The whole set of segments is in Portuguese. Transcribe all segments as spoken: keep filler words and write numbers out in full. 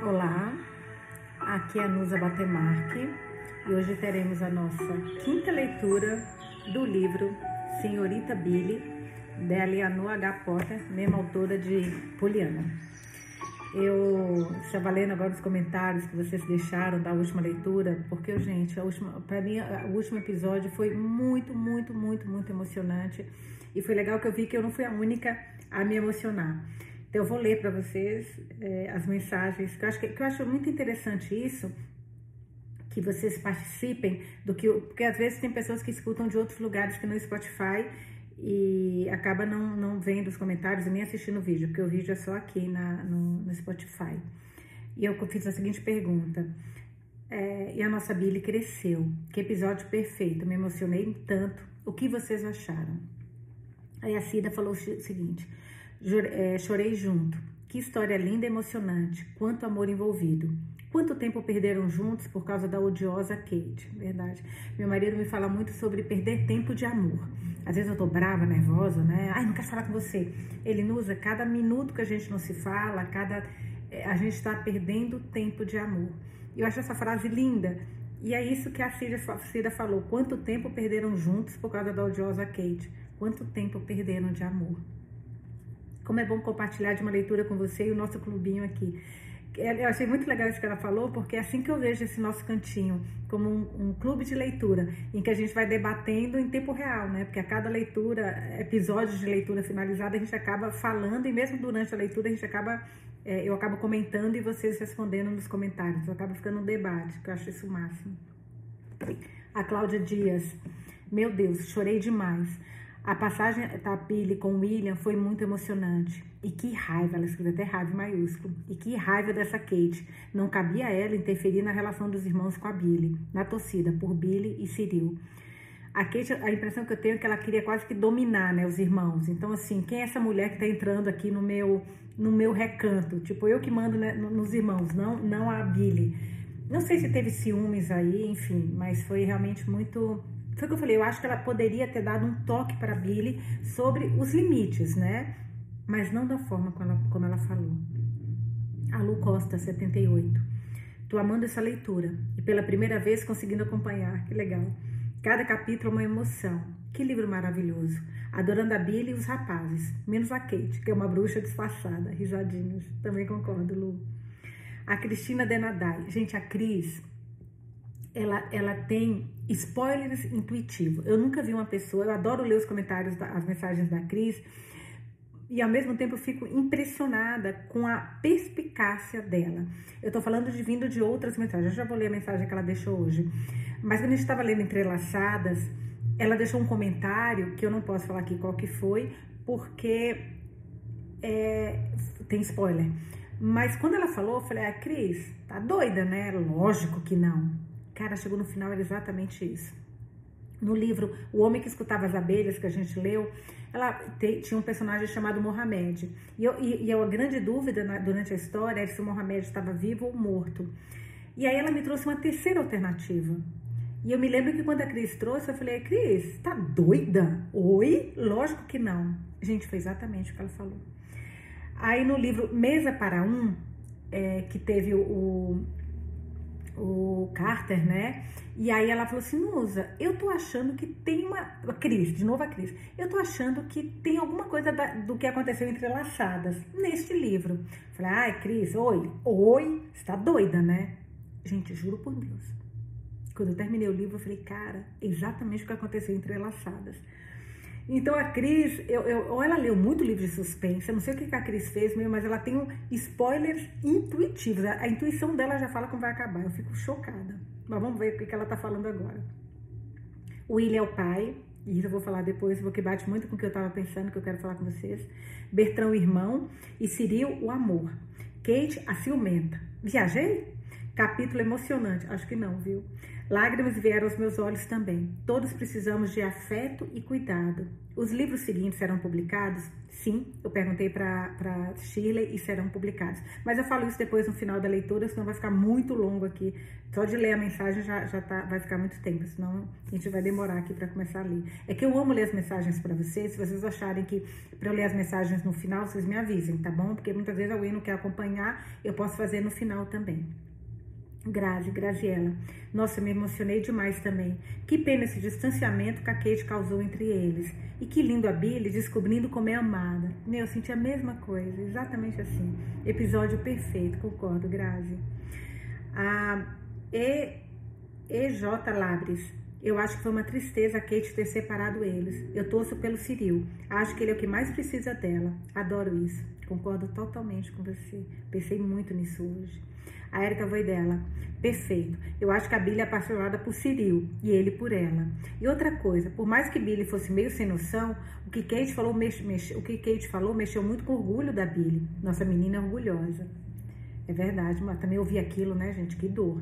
Olá, aqui é a Nusa Batemarque e hoje teremos a nossa quinta leitura do livro Senhorita Billy, da Eleanor H. Potter, mesma autora de Poliana. Eu estava lendo agora os comentários que vocês deixaram da última leitura, porque, gente, a última, para mim, o último episódio foi muito, muito, muito, muito emocionante e foi legal que eu vi que eu não fui a única a me emocionar. Então, eu vou ler para vocês é, as mensagens, que eu, acho que, que eu acho muito interessante isso, que vocês participem do que... Porque às vezes tem pessoas que escutam de outros lugares que no Spotify e acaba não, não vendo os comentários e nem assistindo o vídeo, porque o vídeo é só aqui na, no, no Spotify. E eu fiz a seguinte pergunta. É, e a nossa Billy cresceu. Que episódio perfeito, me emocionei tanto. O que vocês acharam? Aí a Cida falou o seguinte... Chorei junto. Que história linda e emocionante. Quanto amor envolvido. Quanto tempo perderam juntos por causa da odiosa Kate. Verdade. Meu marido me fala muito sobre perder tempo de amor. Às vezes eu tô brava, nervosa, né? Ai, não quero falar com você. Ele nos usa cada minuto que a gente não se fala, cada... a gente tá perdendo tempo de amor. Eu acho essa frase linda. E é isso que a Cida, Cida falou. Quanto tempo perderam juntos por causa da odiosa Kate. Quanto tempo perderam de amor. Como é bom compartilhar de uma leitura com você e o nosso clubinho aqui. Eu achei muito legal isso que ela falou, porque é assim que eu vejo esse nosso cantinho, como um, um clube de leitura, em que a gente vai debatendo em tempo real, né? Porque a cada leitura, episódio de leitura finalizada, a gente acaba falando, e mesmo durante a leitura, a gente acaba, é, eu acabo comentando e vocês respondendo nos comentários. Eu acabo ficando um debate, que eu acho isso o máximo. A Cláudia Dias, meu Deus, chorei demais. A passagem da Billy com o William foi muito emocionante. E que raiva, ela escreveu até raiva em maiúsculo. E que raiva dessa Kate. Não cabia a ela interferir na relação dos irmãos com a Billy, na torcida por Billy e Cyril. A Kate, a impressão que eu tenho é que ela queria quase que dominar, né, os irmãos. Então, assim, quem é essa mulher que tá entrando aqui no meu, no meu recanto? Tipo, eu que mando, né, nos irmãos, não, não a Billy. Não sei se teve ciúmes aí, enfim, mas foi realmente muito... Foi o que eu falei, eu acho que ela poderia ter dado um toque para a Billy sobre os limites, né? Mas não da forma como ela, como ela falou. A Lu Costa, setenta e oito. Tô amando essa leitura e pela primeira vez conseguindo acompanhar, que legal. Cada capítulo é uma emoção. Que livro maravilhoso. Adorando a Billy e os rapazes, menos a Kate, que é uma bruxa disfarçada. Risadinhas, também concordo, Lu. A Cristina Denadai. Gente, a Cris... Ela, ela tem spoilers intuitivos. Eu nunca vi uma pessoa... Eu adoro ler os comentários, as mensagens da Cris. E, ao mesmo tempo, eu fico impressionada com a perspicácia dela. Eu tô falando de vindo de outras mensagens. Eu já vou ler a mensagem que ela deixou hoje. Mas, quando a gente estava lendo Entrelaçadas, ela deixou um comentário, que eu não posso falar aqui qual que foi, porque é, tem spoiler. Mas, quando ela falou, eu falei, ah, Cris, tá doida, né? Lógico que não. Cara, chegou no final, era exatamente isso. No livro O Homem que Escutava as Abelhas, que a gente leu, ela te, tinha um personagem chamado Mohamed. E, eu, e, e a grande dúvida na, durante a história era se o Mohamed estava vivo ou morto. E aí ela me trouxe uma terceira alternativa. E eu me lembro que quando a Cris trouxe, eu falei, Cris, tá doida? Oi? Lógico que não. Gente, foi exatamente o que ela falou. Aí no livro Mesa para Um, é, que teve o... o o Carter, né? E aí ela falou assim, Nusa, eu tô achando que tem uma... A Cris, de novo a Cris. Eu tô achando que tem alguma coisa da, do que aconteceu Entrelaçadas neste livro. Falei, ai, Cris, oi, oi, você tá doida, né? Gente, juro por Deus. Quando eu terminei o livro, eu falei, cara, exatamente o que aconteceu Entrelaçadas. Então a Cris, eu, eu, ou ela leu muito livro de suspense, eu não sei o que a Cris fez mesmo, mas ela tem um spoilers intuitivos. A, a intuição dela já fala como vai acabar. Eu fico chocada. Mas vamos ver o que ela tá falando agora. O William é o pai, e isso eu vou falar depois, porque bate muito com o que eu tava pensando, que eu quero falar com vocês. Bertrand, o irmão, e Cyril, o amor. Kate, a ciumenta. Viajei? Capítulo emocionante. Acho que não, viu? Lágrimas vieram aos meus olhos também. Todos precisamos de afeto e cuidado. Os livros seguintes serão publicados? Sim, eu perguntei para Shirley e serão publicados. Mas eu falo isso depois no final da leitura, senão vai ficar muito longo aqui. Só de ler a mensagem já, já tá, vai ficar muito tempo, senão a gente vai demorar aqui para começar a ler. É que eu amo ler as mensagens para vocês. Se vocês acharem que para eu ler as mensagens no final, vocês me avisem, tá bom? Porque muitas vezes alguém não quer acompanhar, eu posso fazer no final também. Grazi, Graziella. Nossa, eu me emocionei demais também. Que pena esse distanciamento que a Kate causou entre eles. E que lindo a Billy descobrindo como é amada. Meu, eu senti a mesma coisa, exatamente assim. Episódio perfeito, concordo, Grazi. A E J Labres. Eu acho que foi uma tristeza a Kate ter separado eles. Eu torço pelo Cyril. Acho que ele é o que mais precisa dela. Adoro isso. Concordo totalmente com você. Pensei muito nisso hoje. A Érica foi dela. Perfeito. Eu acho que a Billy é apaixonada por Cyril e ele por ela. E outra coisa, por mais que Billy fosse meio sem noção, o que Kate falou, mexe, mexe, o que Kate falou mexeu muito com o orgulho da Billy. Nossa menina é orgulhosa. É verdade, mas também ouvi aquilo, né, gente? Que dor.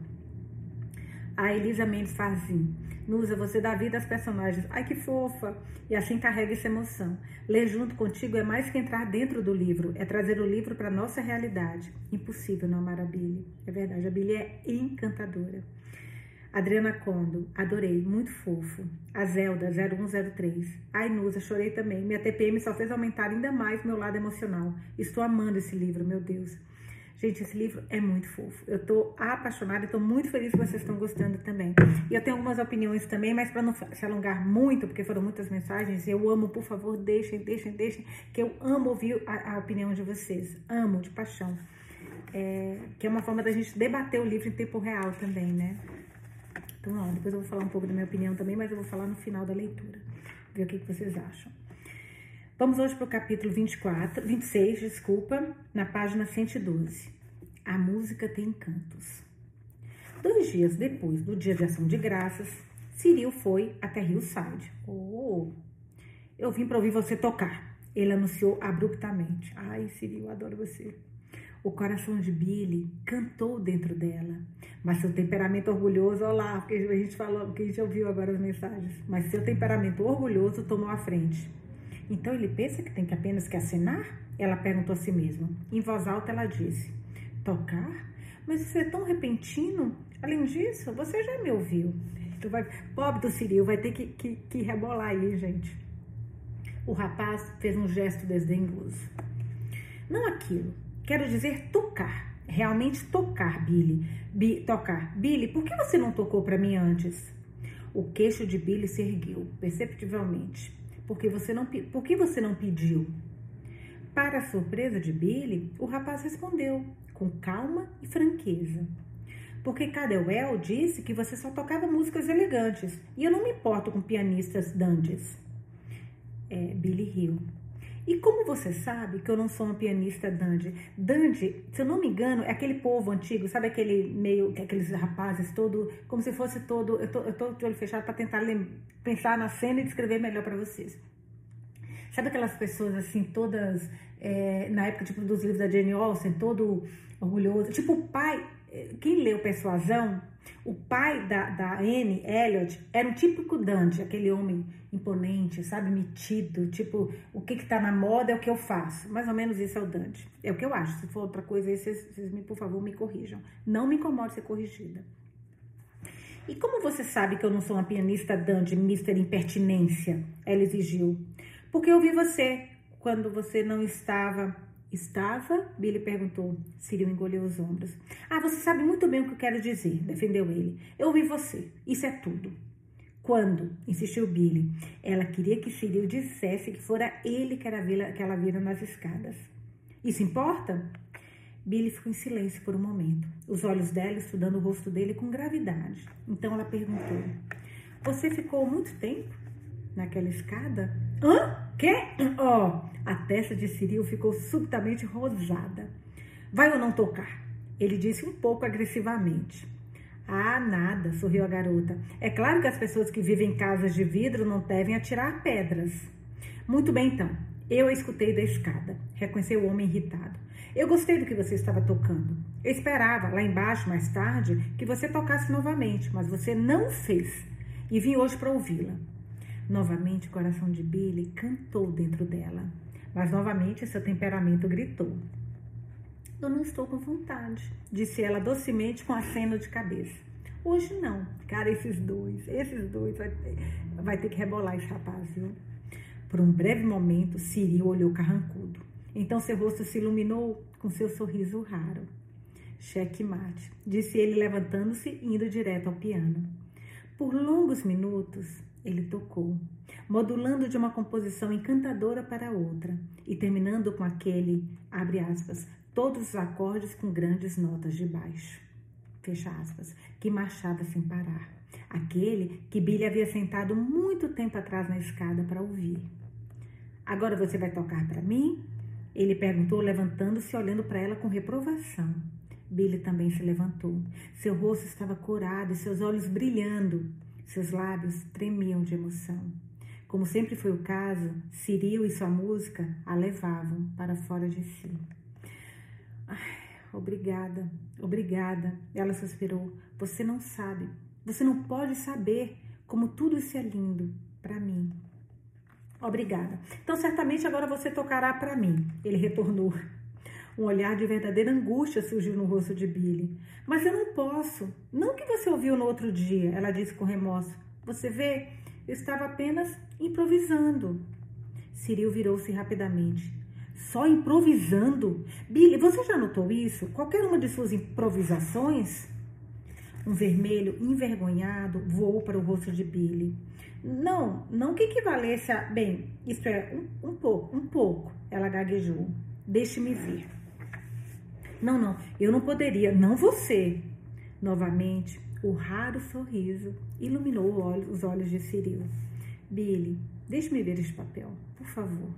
A Elisa Mendes Farzin. Nusa, você dá vida aos personagens. Ai, que fofa! E assim carrega essa emoção. Ler junto contigo é mais que entrar dentro do livro. É trazer o livro para nossa realidade. Impossível não amar a Billy. É verdade, a Billy é encantadora. Adriana Condo. Adorei, muito fofo. A Zelda, zero um zero três. Ai, Nusa, chorei também. Minha T P M só fez aumentar ainda mais meu lado emocional. Estou amando esse livro, meu Deus. Gente, esse livro é muito fofo. Eu tô apaixonada e tô muito feliz que vocês estão gostando também. E eu tenho algumas opiniões também, mas para não se alongar muito, porque foram muitas mensagens, eu amo, por favor, deixem, deixem, deixem, que eu amo ouvir a, a opinião de vocês. Amo, de paixão. É, que é uma forma da gente debater o livro em tempo real também, né? Então, ó, depois eu vou falar um pouco da minha opinião também, mas eu vou falar no final da leitura. Ver o que, que vocês acham. Vamos hoje para o capítulo vinte e quatro, vinte e seis, desculpa, na página cento e doze. A música tem cantos. Dois dias depois do dia de ação de graças, Cyril foi até Hillside. Oh, eu vim para ouvir você tocar, ele anunciou abruptamente. Ai, Cyril, adoro você. O coração de Billy cantou dentro dela, mas seu temperamento orgulhoso, olha lá, porque a gente falou, porque a gente ouviu agora as mensagens, mas seu temperamento orgulhoso tomou a frente. Então ele pensa que tem que apenas que acenar? Ela perguntou a si mesma. Em voz alta ela disse, tocar? Mas isso é tão repentino. Além disso, você já me ouviu. Tu vai, pobre do Cyril, vai ter que, que, que rebolar aí, gente. O rapaz fez um gesto desdenhoso. Não aquilo. Quero dizer tocar. Realmente tocar, Billy. Bi, tocar. Billy, por que você não tocou para mim antes? O queixo de Billy se ergueu, perceptivelmente. Porque você não, por que você não pediu? Para a surpresa de Billy, o rapaz respondeu, com calma e franqueza. Porque Cadwell disse que você só tocava músicas elegantes, e eu não me importo com pianistas dandies. É, Billy riu. E como você sabe que eu não sou uma pianista dandy? Dandy, se eu não me engano, é aquele povo antigo, sabe aquele meio, aqueles rapazes todo, como se fosse todo, eu tô, eu tô de olho fechado para tentar lembrar, pensar na cena e descrever melhor para vocês. Sabe aquelas pessoas assim, todas, é, na época tipo dos livros da Jane Austen, todo orgulhoso, tipo o pai, quem leu Persuasão, o pai da, da Anne Elliot era um típico dandy, aquele homem imponente, sabe, metido, tipo, o que que tá na moda é o que eu faço, mais ou menos isso é o dandy, é o que eu acho, se for outra coisa aí, vocês, vocês me, por favor, me corrijam, não me incomode ser corrigida. E como você sabe que eu não sou uma pianista dandy, mister Impertinência? Ela exigiu. Porque eu vi você quando você não estava... Estava? Billy perguntou. Cyril engoliu os ombros. Ah, você sabe muito bem o que eu quero dizer, defendeu ele. Eu vi você. Isso é tudo. Quando? Insistiu Billy. Ela queria que Cyril dissesse que fora ele que, era vila, que ela vira nas escadas. Isso importa? Billy ficou em silêncio por um momento. Os olhos dela estudando o rosto dele com gravidade. Então ela perguntou. Você ficou muito tempo naquela escada? Hã? Quê? Ó, oh, a testa de Cyril ficou subitamente rosada. Vai ou não tocar? Ele disse um pouco agressivamente. Ah, nada, sorriu a garota. É claro que as pessoas que vivem em casas de vidro não devem atirar pedras. Muito bem, então. Eu a escutei da escada, reconheceu o homem irritado. Eu gostei do que você estava tocando. Eu esperava, lá embaixo, mais tarde, que você tocasse novamente, mas você não fez. E vim hoje para ouvi-la. Novamente, o coração de Billy cantou dentro dela. Mas, novamente, seu temperamento gritou. Eu não estou com vontade, disse ela docemente com aceno de cabeça. Hoje não. Cara, esses dois, esses dois, vai ter, vai ter que rebolar esse rapaz, viu? Por um breve momento, Ciril olhou carrancudo. Então seu rosto se iluminou com seu sorriso raro. Checkmate, disse ele levantando-se e indo direto ao piano. Por longos minutos, ele tocou, modulando de uma composição encantadora para outra e terminando com aquele, abre aspas, todos os acordes com grandes notas de baixo, fecha aspas, que marchava sem parar. Aquele que Billy havia sentado muito tempo atrás na escada para ouvir. Agora você vai tocar para mim? Ele perguntou, levantando-se e olhando para ela com reprovação. Billy também se levantou. Seu rosto estava corado e seus olhos brilhando. Seus lábios tremiam de emoção. Como sempre foi o caso, Ciril e sua música a levavam para fora de si. Ai, obrigada, obrigada, ela suspirou. Você não sabe, você não pode saber como tudo isso é lindo para mim. Obrigada. Então, certamente agora você tocará para mim, ele retornou. Um olhar de verdadeira angústia surgiu no rosto de Billy. Mas eu não posso. Não que você ouviu no outro dia, ela disse com remorso. Você vê, eu estava apenas improvisando. Ciril virou-se rapidamente. Só improvisando? Billy, você já notou isso? Qualquer uma de suas improvisações? Um vermelho envergonhado voou para o rosto de Billy. Não, não que equivalesse a... Bem, isso é um, um pouco, um pouco, ela gaguejou. Deixe-me ver. Não, não, eu não poderia, não você. Novamente, o raro sorriso iluminou os olhos de Ciril. Billy, deixe-me ver este papel, por favor.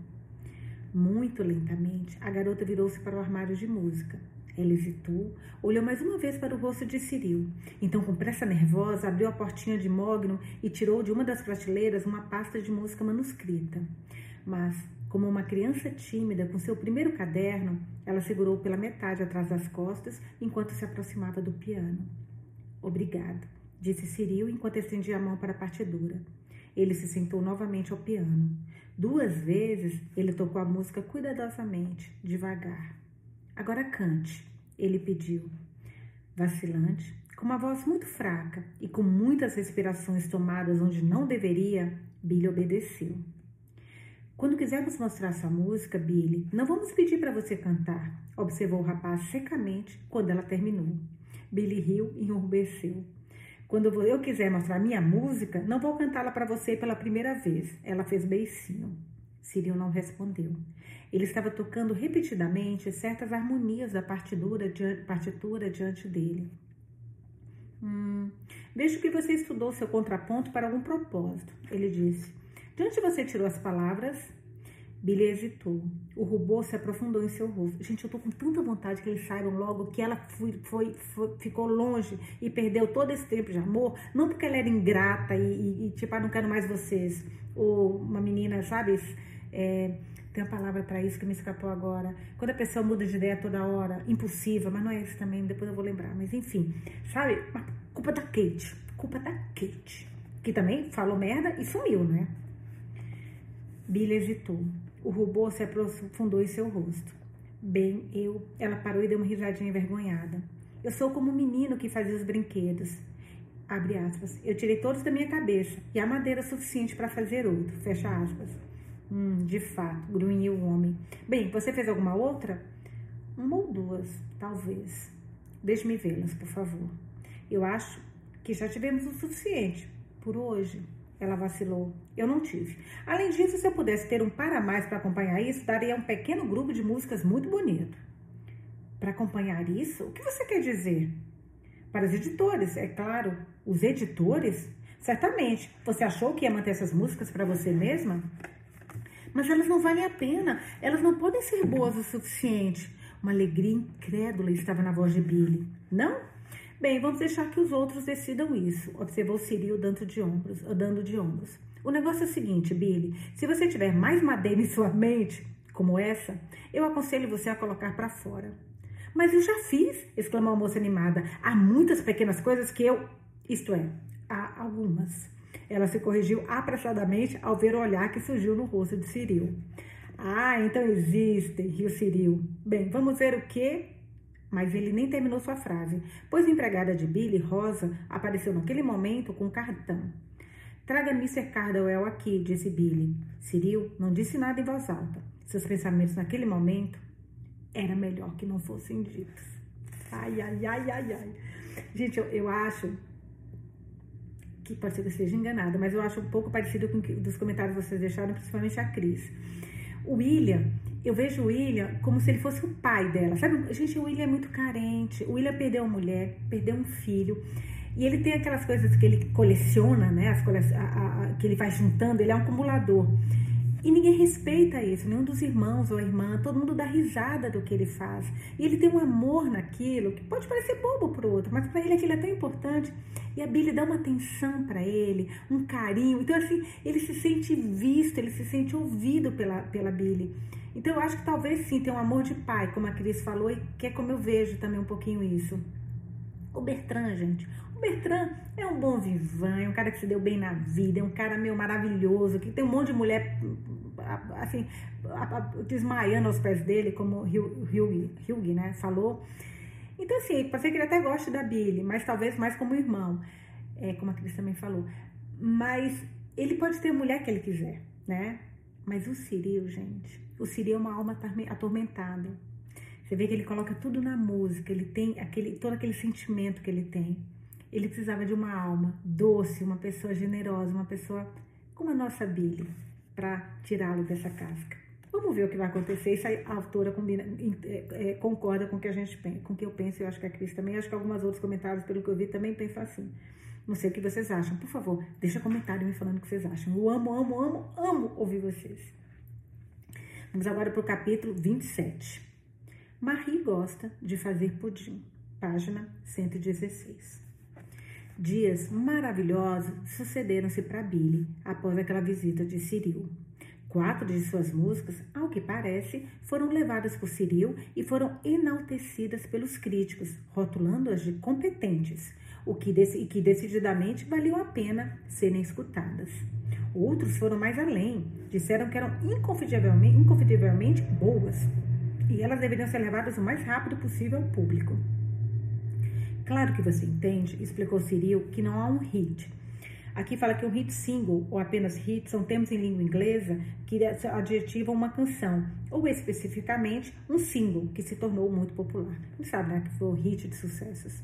Muito lentamente, a garota virou-se para o armário de música. Ela hesitou, olhou mais uma vez para o rosto de Ciril. Então, com pressa nervosa, abriu a portinha de mogno e tirou de uma das prateleiras uma pasta de música manuscrita. Mas, como uma criança tímida com seu primeiro caderno, ela segurou pela metade atrás das costas enquanto se aproximava do piano. Obrigada, disse Ciril enquanto estendia a mão para a partidura. Ele se sentou novamente ao piano. Duas vezes ele tocou a música cuidadosamente, devagar. Agora cante, ele pediu. Vacilante, com uma voz muito fraca e com muitas respirações tomadas onde não deveria, Billy obedeceu. Quando quisermos mostrar sua música, Billy, não vamos pedir para você cantar, observou o rapaz secamente quando ela terminou. Billy riu e enrubesceu. Quando eu quiser mostrar minha música, não vou cantá-la para você pela primeira vez. Ela fez beicinho. Ciril não respondeu. Ele estava tocando repetidamente certas harmonias da partitura, diante, partitura diante dele. Hum, vejo que você estudou seu contraponto para algum propósito, ele disse. De onde você tirou as palavras? Billy hesitou. O rubor se aprofundou em seu rosto. Gente, eu tô com tanta vontade que eles saibam logo que ela foi, foi, foi, ficou longe e perdeu todo esse tempo de amor, não porque ela era ingrata e, e, e tipo, ah, não quero mais vocês. Ou uma menina, sabe, é, tem uma palavra para isso que me escapou agora. Quando a pessoa muda de ideia toda hora, impulsiva, mas não é isso também, depois eu vou lembrar. Mas enfim, sabe, culpa da Kate, culpa da Kate, que também falou merda e sumiu, né? Billy hesitou. O rubor se aprofundou em seu rosto. Bem, eu... Ela parou e deu uma risadinha envergonhada. Eu sou como um menino que fazia os brinquedos. Abre aspas. Eu tirei todos da minha cabeça e há madeira suficiente para fazer outro. Fecha aspas. Hum, de fato, grunhiu o homem. Bem, você fez alguma outra? Uma ou duas, talvez. Deixe-me vê-las, por favor. Eu acho que já tivemos o suficiente por hoje. Ela vacilou. Eu não tive. Além disso, se eu pudesse ter um para mais para acompanhar isso, daria um pequeno grupo de músicas muito bonito. Para acompanhar isso? O que você quer dizer? Para os editores, é claro. Os editores? Certamente. Você achou que ia manter essas músicas para você mesma? Mas elas não valem a pena. Elas não podem ser boas o suficiente. Uma alegria incrédula estava na voz de Billy. Não? Bem, vamos deixar que os outros decidam isso, observou Ciril dando de ombros, dando de ombros. O negócio é o seguinte, Billy, se você tiver mais madeira em sua mente, como essa, eu aconselho você a colocar para fora. Mas eu já fiz, exclamou a moça animada. Há muitas pequenas coisas que eu... Isto é, há algumas. Ela se corrigiu apressadamente ao ver o olhar que surgiu no rosto de Ciril. Ah, então existem, riu Ciril. Bem, vamos ver o que... Mas ele nem terminou sua frase, pois a empregada de Billy, Rosa, apareceu naquele momento com um cartão. Traga mister Cardwell aqui, disse Billy. Ciril não disse nada em voz alta. Seus pensamentos naquele momento era melhor que não fossem ditos. Ai, ai, ai, ai, ai. Gente, eu, eu acho que pode ser que eu esteja enganada, mas eu acho um pouco parecido com os comentários que vocês deixaram, principalmente a Cris. O William, eu vejo o William como se ele fosse o pai dela, sabe? Gente, o William é muito carente, o William perdeu uma mulher, perdeu um filho, e ele tem aquelas coisas que ele coleciona, né? As cole... a, a, a, que ele vai juntando, ele é um acumulador. E ninguém respeita isso, nenhum dos irmãos ou a irmã, todo mundo dá risada do que ele faz. E ele tem um amor naquilo, que pode parecer bobo para o outro, mas para ele aquilo é tão importante. E a Billy dá uma atenção para ele, um carinho. Então, assim, ele se sente visto, ele se sente ouvido pela, pela Billy. Então, eu acho que talvez sim, tem um amor de pai, como a Cris falou, e que é como eu vejo também um pouquinho isso. O Bertrand, gente. O Bertrand é um bom vivan, é um cara que se deu bem na vida, é um cara meio maravilhoso, que tem um monte de mulher, assim, desmaiando aos pés dele, como o Hugh, Hugh, né, falou. Então, assim, pode ser que ele até goste da Billy, mas talvez mais como irmão, é, como a Cris também falou. Mas ele pode ter a mulher que ele quiser, né? Mas o Ciril, gente, o Ciril é uma alma atormentada. Você vê que ele coloca tudo na música, ele tem aquele, todo aquele sentimento que ele tem. Ele precisava de uma alma doce, uma pessoa generosa, uma pessoa como a nossa Billy, para tirá-lo dessa casca. Vamos ver o que vai acontecer, se a autora combina, é, é, concorda com o que a gente pensa, com o que eu penso, eu acho que a Cris também, acho que alguns outros comentários, pelo que eu vi, também pensam assim. Não sei o que vocês acham. Por favor, deixa comentário me falando o que vocês acham. Eu amo, amo, amo, amo ouvir vocês. Vamos agora para o capítulo vinte e sete. Marie gosta de fazer pudim. Página cento e dezesseis. Dias maravilhosos sucederam-se para Billy após aquela visita de Ciril. Quatro de suas músicas, ao que parece, foram levadas por Ciril e foram enaltecidas pelos críticos, rotulando-as de competentes, o que, e que decididamente valiam a pena serem escutadas. Outros foram mais além, disseram que eram inconfundivelmente, inconfundivelmente boas, e elas deveriam ser levadas o mais rápido possível ao público. Claro que você entende, explicou Ciril, que não há um hit. Aqui fala que um hit single ou apenas hit são termos em língua inglesa que adjetivam uma canção, ou especificamente um single que se tornou muito popular. Não sabe, né? Que foi o hit de sucessos.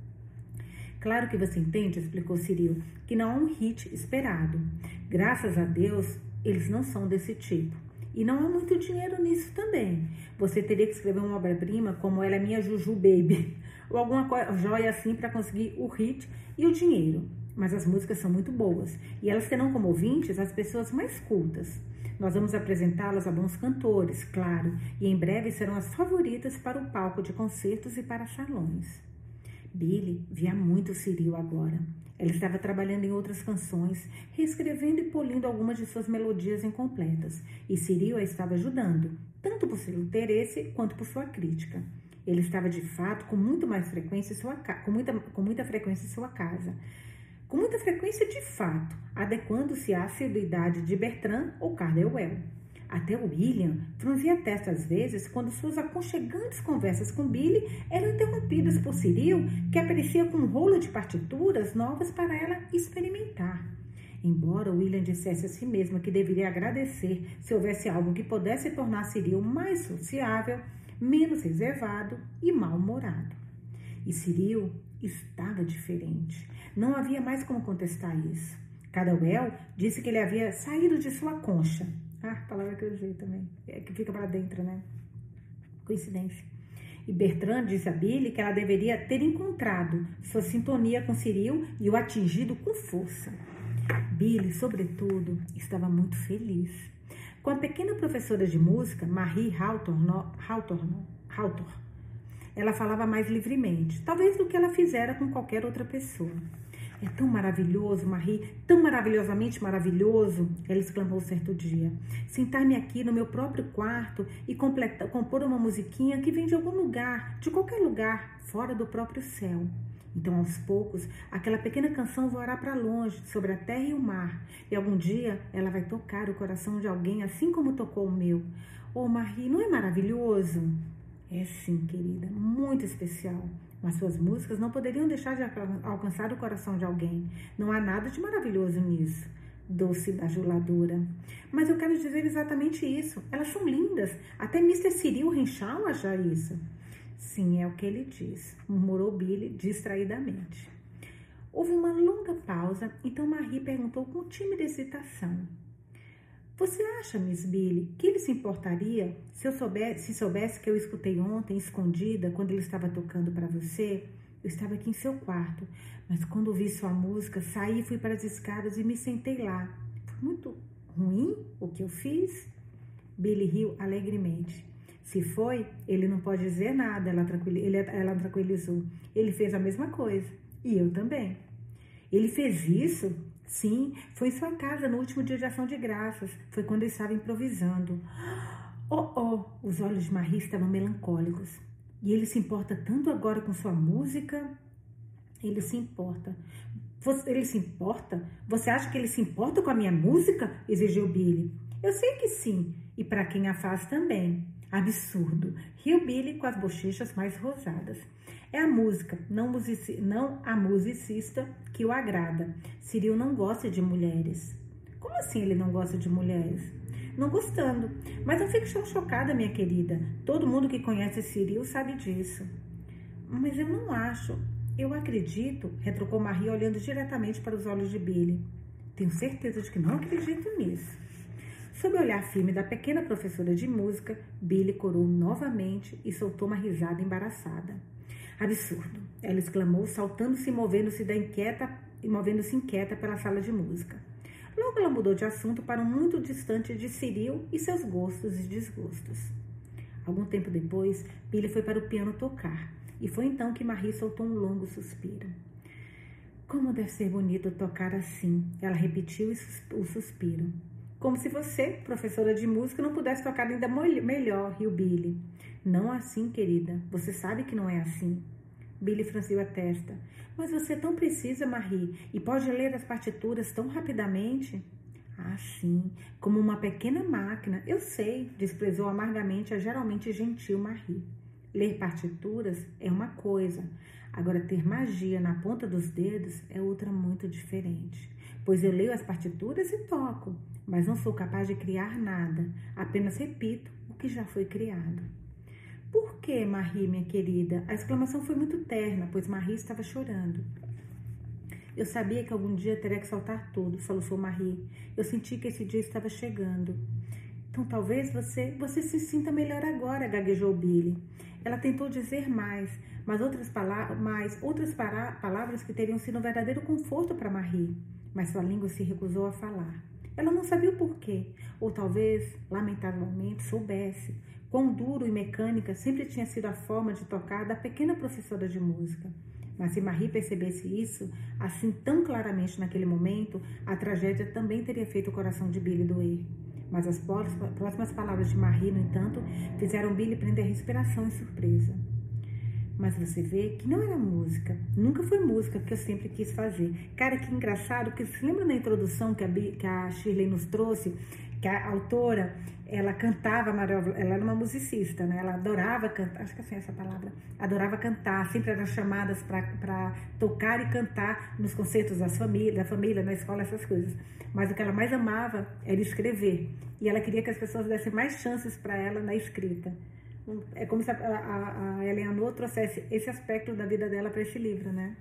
Claro que você entende, explicou Ciril, que não há um hit esperado. Graças a Deus, eles não são desse tipo. E não há muito dinheiro nisso também. Você teria que escrever uma obra-prima como Ela é Minha Juju Baby, ou alguma joia assim para conseguir o hit e o dinheiro. Mas as músicas são muito boas e elas terão como ouvintes as pessoas mais cultas. Nós vamos apresentá-las a bons cantores, claro, e em breve serão as favoritas para o palco de concertos e para salões. Billy via muito Ciril agora. Ela estava trabalhando em outras canções, reescrevendo e polindo algumas de suas melodias incompletas, e Ciril a estava ajudando, tanto por seu interesse quanto por sua crítica. Ele estava, de fato, com, muito mais frequência em sua, com, muita, com muita frequência em sua casa. Com muita frequência, de fato, adequando-se à assiduidade de Bertrand ou Cardwell. Até o William franzia a testa às vezes quando suas aconchegantes conversas com Billy eram interrompidas por Ciril, que aparecia com um rolo de partituras novas para ela experimentar. Embora William dissesse a si mesma que deveria agradecer se houvesse algo que pudesse tornar Ciril mais sociável, menos reservado e mal-humorado. E Ciril estava diferente. Não havia mais como contestar isso. Cardwell disse que ele havia saído de sua concha. Ah, palavra que eu usei também. É que fica para dentro, né? Coincidência. E Bertrand disse a Billy que ela deveria ter encontrado sua sintonia com Ciril e o atingido com força. Billy, sobretudo, estava muito feliz. Com a pequena professora de música, Marie Hawthorne, Hawthorne, ela falava mais livremente, talvez do que ela fizera com qualquer outra pessoa. É tão maravilhoso, Marie, tão maravilhosamente maravilhoso, ela exclamou certo dia. Sentar-me aqui no meu próprio quarto e completar, compor uma musiquinha que vem de algum lugar, de qualquer lugar, fora do próprio céu. Então, aos poucos, aquela pequena canção voará para longe, sobre a terra e o mar. E algum dia, ela vai tocar o coração de alguém, assim como tocou o meu. Oh, Marie, não é maravilhoso? É sim, querida, muito especial. Mas suas músicas não poderiam deixar de alcançar o coração de alguém. Não há nada de maravilhoso nisso, doce bajuladora. Mas eu quero dizer exatamente isso. Elas são lindas. Até mister Cyril Renshaw acha isso. Sim, é o que ele diz, murmurou Billy distraidamente. Houve uma longa pausa, então Marie perguntou com tímida hesitação. Você acha, Miss Billy, que ele se importaria se eu soubesse, se soubesse que eu escutei ontem, escondida, quando ele estava tocando para você? Eu estava aqui em seu quarto, mas quando ouvi sua música, saí, fui para as escadas e me sentei lá. Foi muito ruim o que eu fiz? Billy riu alegremente. Se foi, ele não pode dizer nada, ela, tranquil... ele... ela tranquilizou. Ele fez a mesma coisa. E eu também. Ele fez isso? Sim, foi em sua casa no último dia de ação de graças. Foi quando eu estava improvisando. Oh, oh! Os olhos de Marie estavam melancólicos. E ele se importa tanto agora com sua música? Ele se importa. Você... Ele se importa? Você acha que ele se importa com a minha música? Exigiu Billy. Eu sei que sim. E para quem a faz também. Absurdo, riu Billy com as bochechas mais rosadas. É a música, não, musici não a musicista que o agrada. Cyril não gosta de mulheres. Como assim ele não gosta de mulheres? Não gostando. Mas não fique tão chocada, minha querida. Todo mundo que conhece Cyril sabe disso. Mas eu não acho. Eu acredito, retrucou Marie olhando diretamente para os olhos de Billy. Tenho certeza de que não acredito nisso. Sob o olhar firme da pequena professora de música, Billy corou novamente e soltou uma risada embaraçada. Absurdo, ela exclamou, saltando-se e movendo-se da inquieta, movendo-se inquieta pela sala de música. Logo ela mudou de assunto para um muito distante de Cyril e seus gostos e desgostos. Algum tempo depois, Billy foi para o piano tocar, e foi então que Marie soltou um longo suspiro. Como deve ser bonito tocar assim, ela repetiu o suspiro. Como se você, professora de música, não pudesse tocar ainda melhor, riu Billy. Não assim, querida. Você sabe que não é assim. Billy franziu a testa. Mas você é tão precisa, Marie, e pode ler as partituras tão rapidamente? Ah, sim, como uma pequena máquina. Eu sei, desprezou amargamente a geralmente gentil Marie. Ler partituras é uma coisa. Agora, ter magia na ponta dos dedos é outra muito diferente. Pois eu leio as partituras e toco, mas não sou capaz de criar nada, apenas repito o que já foi criado. Por que, Marie, minha querida? A exclamação foi muito terna, pois Marie estava chorando. Eu sabia que algum dia teria que soltar tudo, soluçou Marie. Eu senti que esse dia estava chegando. Então talvez você, você se sinta melhor agora, gaguejou Billy. Ela tentou dizer mais, mas outras, palavras, mais outras para, palavras que teriam sido um verdadeiro conforto para Marie. Mas sua língua se recusou a falar. Ela não sabia o porquê, ou talvez, lamentavelmente, soubesse quão duro e mecânica sempre tinha sido a forma de tocar da pequena professora de música. Mas se Marie percebesse isso, assim tão claramente naquele momento, a tragédia também teria feito o coração de Billy doer. Mas as próximas palavras de Marie, no entanto, fizeram Billy prender a respiração em surpresa. Mas você vê que não era música. Nunca foi música que eu sempre quis fazer. Cara, que engraçado, porque você lembra na introdução que a, que a Shirley nos trouxe, que a autora, ela cantava, ela era uma musicista, né? Ela adorava cantar, acho que é assim essa palavra, adorava cantar, sempre eram chamadas para tocar e cantar nos concertos das famílias, da família, na escola, essas coisas. Mas o que ela mais amava era escrever. E ela queria que as pessoas dessem mais chances para ela na escrita. É como se a, a, a Eleanor trouxesse esse aspecto da vida dela para esse livro, né?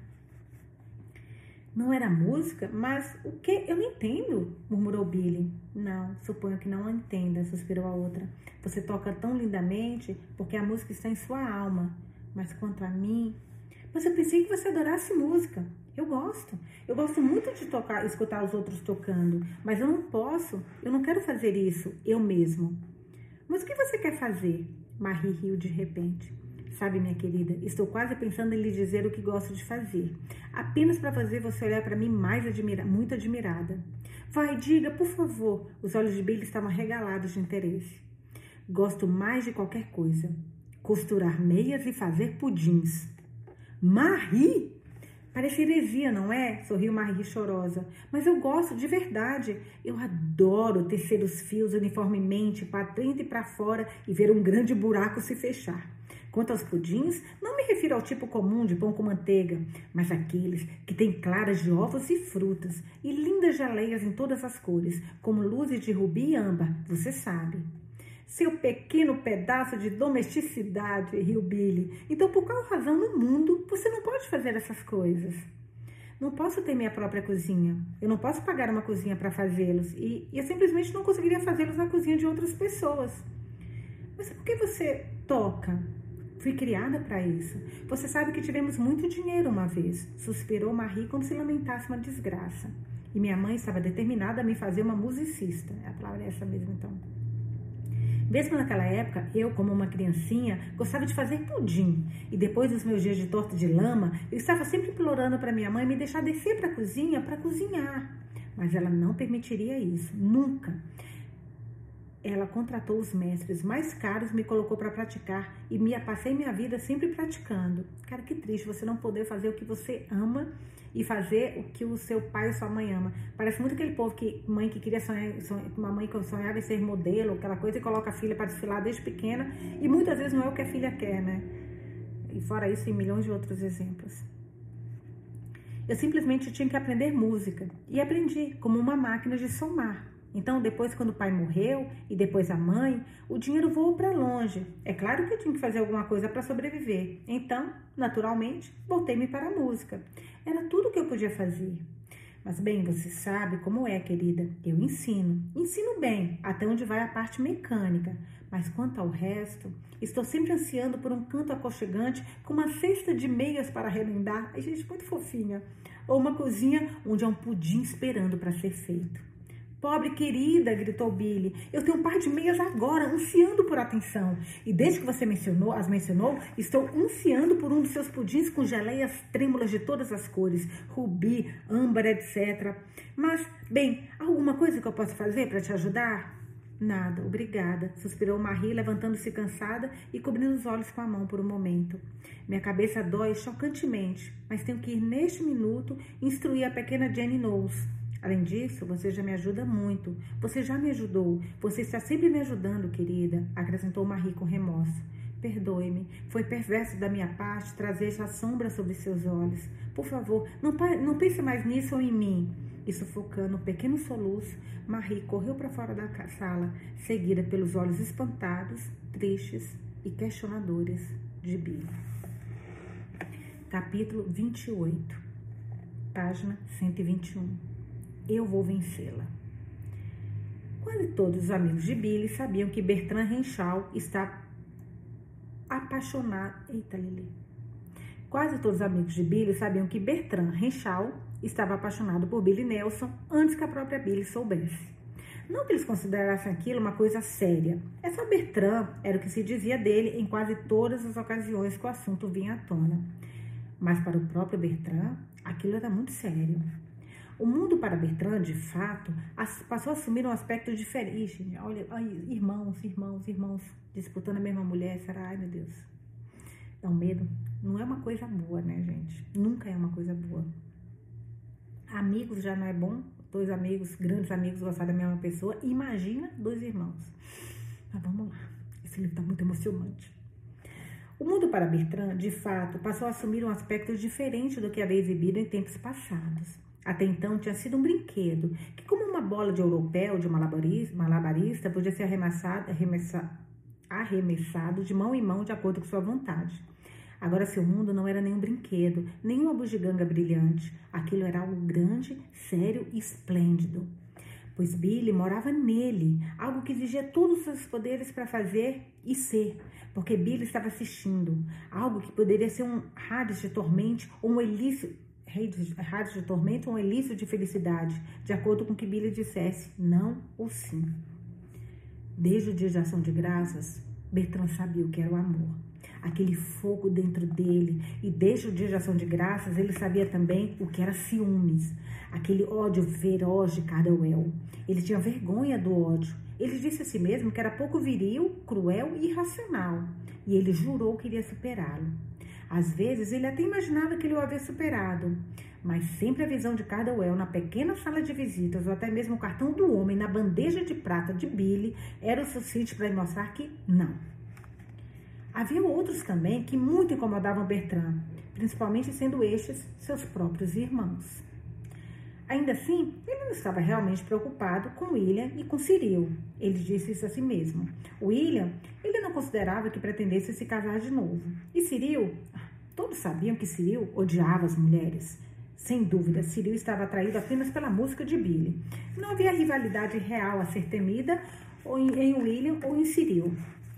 Não era música, mas o que? Eu não entendo, murmurou Billy. Não, suponho que não a entenda, suspirou a outra. Você toca tão lindamente porque a música está em sua alma. Mas quanto a mim... Mas eu pensei que você adorasse música. Eu gosto. Eu gosto muito de tocar, escutar os outros tocando. Mas eu não posso, eu não quero fazer isso, eu mesmo. Mas o que você quer fazer? Marie riu de repente. Sabe, minha querida, estou quase pensando em lhe dizer o que gosto de fazer. Apenas para fazer você olhar para mim mais admira, muito admirada. Vai, diga, por favor. Os olhos de Billy estavam regalados de interesse. Gosto mais de qualquer coisa. Costurar meias e fazer pudins. Marie? Parece heresia, não é? Sorriu Marie chorosa. Mas eu gosto de verdade. Eu adoro tecer os fios uniformemente para dentro e para fora e ver um grande buraco se fechar. Quanto aos pudins, não me refiro ao tipo comum de pão com manteiga, mas aqueles que têm claras de ovos e frutas e lindas geleias em todas as cores, como luzes de rubi e âmbar, você sabe. Seu pequeno pedaço de domesticidade, riu Billy. Então, por qual razão no mundo você não pode fazer essas coisas? Não posso ter minha própria cozinha. Eu não posso pagar uma cozinha para fazê-los e, e eu simplesmente não conseguiria fazê-los na cozinha de outras pessoas. Mas por que você toca? Fui criada para isso. Você sabe que tivemos muito dinheiro uma vez, suspirou Marie como se lamentasse uma desgraça. E minha mãe estava determinada a me fazer uma musicista. A palavra é essa mesmo, então. Mesmo naquela época, eu, como uma criancinha, gostava de fazer pudim. E depois dos meus dias de torta de lama, eu estava sempre implorando para minha mãe me deixar descer para a cozinha para cozinhar. Mas ela não permitiria isso, nunca. Ela contratou os mestres mais caros, me colocou para praticar e me passei minha vida sempre praticando. Cara, que triste você não poder fazer o que você ama e fazer o que o seu pai ou sua mãe ama. Parece muito aquele povo que mãe que queria sonhar, sonhar uma mãe que sonhava em ser modelo, aquela coisa, e coloca a filha para desfilar desde pequena e muitas vezes não é o que a filha quer, né? E fora isso, tem milhões de outros exemplos. Eu simplesmente tinha que aprender música e aprendi como uma máquina de somar. Então, depois, quando o pai morreu e depois a mãe, o dinheiro voou para longe. É claro que eu tinha que fazer alguma coisa para sobreviver. Então, naturalmente, voltei-me para a música. Era tudo o que eu podia fazer. Mas, bem, você sabe como é, querida. Eu ensino. Ensino bem, até onde vai a parte mecânica. Mas quanto ao resto, estou sempre ansiando por um canto aconchegante com uma cesta de meias para remendar. Ai, gente, muito fofinha. Ou uma cozinha onde há um pudim esperando para ser feito. Pobre querida, gritou Billy, eu tenho um par de meias agora, ansiando por atenção. E desde que você mencionou, as mencionou, estou ansiando por um dos seus pudins com geleias trêmulas de todas as cores, rubi, âmbar, etcétera. Mas, bem, alguma coisa que eu possa fazer para te ajudar? Nada, obrigada, suspirou Marie, levantando-se cansada e cobrindo os olhos com a mão por um momento. Minha cabeça dói chocantemente, mas tenho que ir neste minuto instruir a pequena Jenny Knowles. Além disso, você já me ajuda muito. Você já me ajudou. Você está sempre me ajudando, querida, acrescentou Marie com remorso. Perdoe-me. Foi perverso da minha parte trazer essa sombra sobre seus olhos. Por favor, não, não pense mais nisso ou em mim. E sufocando um pequeno soluço, Marie correu para fora da sala, seguida pelos olhos espantados, tristes e questionadores de Billy. Capítulo vinte e oito. Página cento e vinte e um. Eu vou vencê-la. Quase todos os amigos de Billy sabiam que Bertrand Renshaw está apaixonado... Eita, Lili. Quase todos os amigos de Billy sabiam que Bertrand Renshaw estava apaixonado por Billy Nelson antes que a própria Billy soubesse. Não que eles considerassem aquilo uma coisa séria. É só Bertrand, era o que se dizia dele em quase todas as ocasiões que o assunto vinha à tona. Mas para o próprio Bertrand, aquilo era muito sério. O mundo para Bertrand, de fato, passou a assumir um aspecto diferente. Olha, ai, irmãos, irmãos, irmãos, disputando a mesma mulher, será? Ai, meu Deus. Dá um medo. Não é uma coisa boa, né, gente? Nunca é uma coisa boa. Amigos já não é bom. Dois amigos, grandes amigos, gostarem da mesma pessoa. Imagina dois irmãos. Mas vamos lá. Esse livro está muito emocionante. O mundo para Bertrand, de fato, passou a assumir um aspecto diferente do que havia exibido em tempos passados. Até então tinha sido um brinquedo, que como uma bola de europeu, de malabarista, malabarista podia ser arremessado, arremessa, arremessado de mão em mão de acordo com sua vontade. Agora seu mundo não era nenhum brinquedo, nenhuma bugiganga brilhante. Aquilo era algo grande, sério e esplêndido. Pois Billy morava nele, algo que exigia todos os seus poderes para fazer e ser, porque Billy estava assistindo, algo que poderia ser um Hades de tormento ou um elício Hades de tormento ou um elício de felicidade, de acordo com o que Billy dissesse, não ou sim. Desde o dia de ação de graças, Bertrand sabia o que era o amor. aquele fogo dentro dele. E desde o dia de ação de graças, ele sabia também o que era ciúmes, aquele ódio feroz de Cardwell. Ele tinha vergonha do ódio. Ele disse a si mesmo que era pouco viril, cruel e irracional. E ele jurou que iria superá-lo. Às vezes, ele até imaginava que ele o havia superado. Mas sempre a visão de Cardwell na pequena sala de visitas, ou até mesmo o cartão do homem na bandeja de prata de Billy, era o suficiente para mostrar que não. Havia outros também que muito incomodavam Bertrand, principalmente sendo estes seus próprios irmãos. Ainda assim, ele não estava realmente preocupado com William e com Cyril. Ele disse isso a si mesmo. William, ele não considerava que pretendesse se casar de novo. E Cyril, todos sabiam que Cyril odiava as mulheres. Sem dúvida, Cyril estava atraído apenas pela música de Billy. Não havia rivalidade real a ser temida em William ou em Cyril.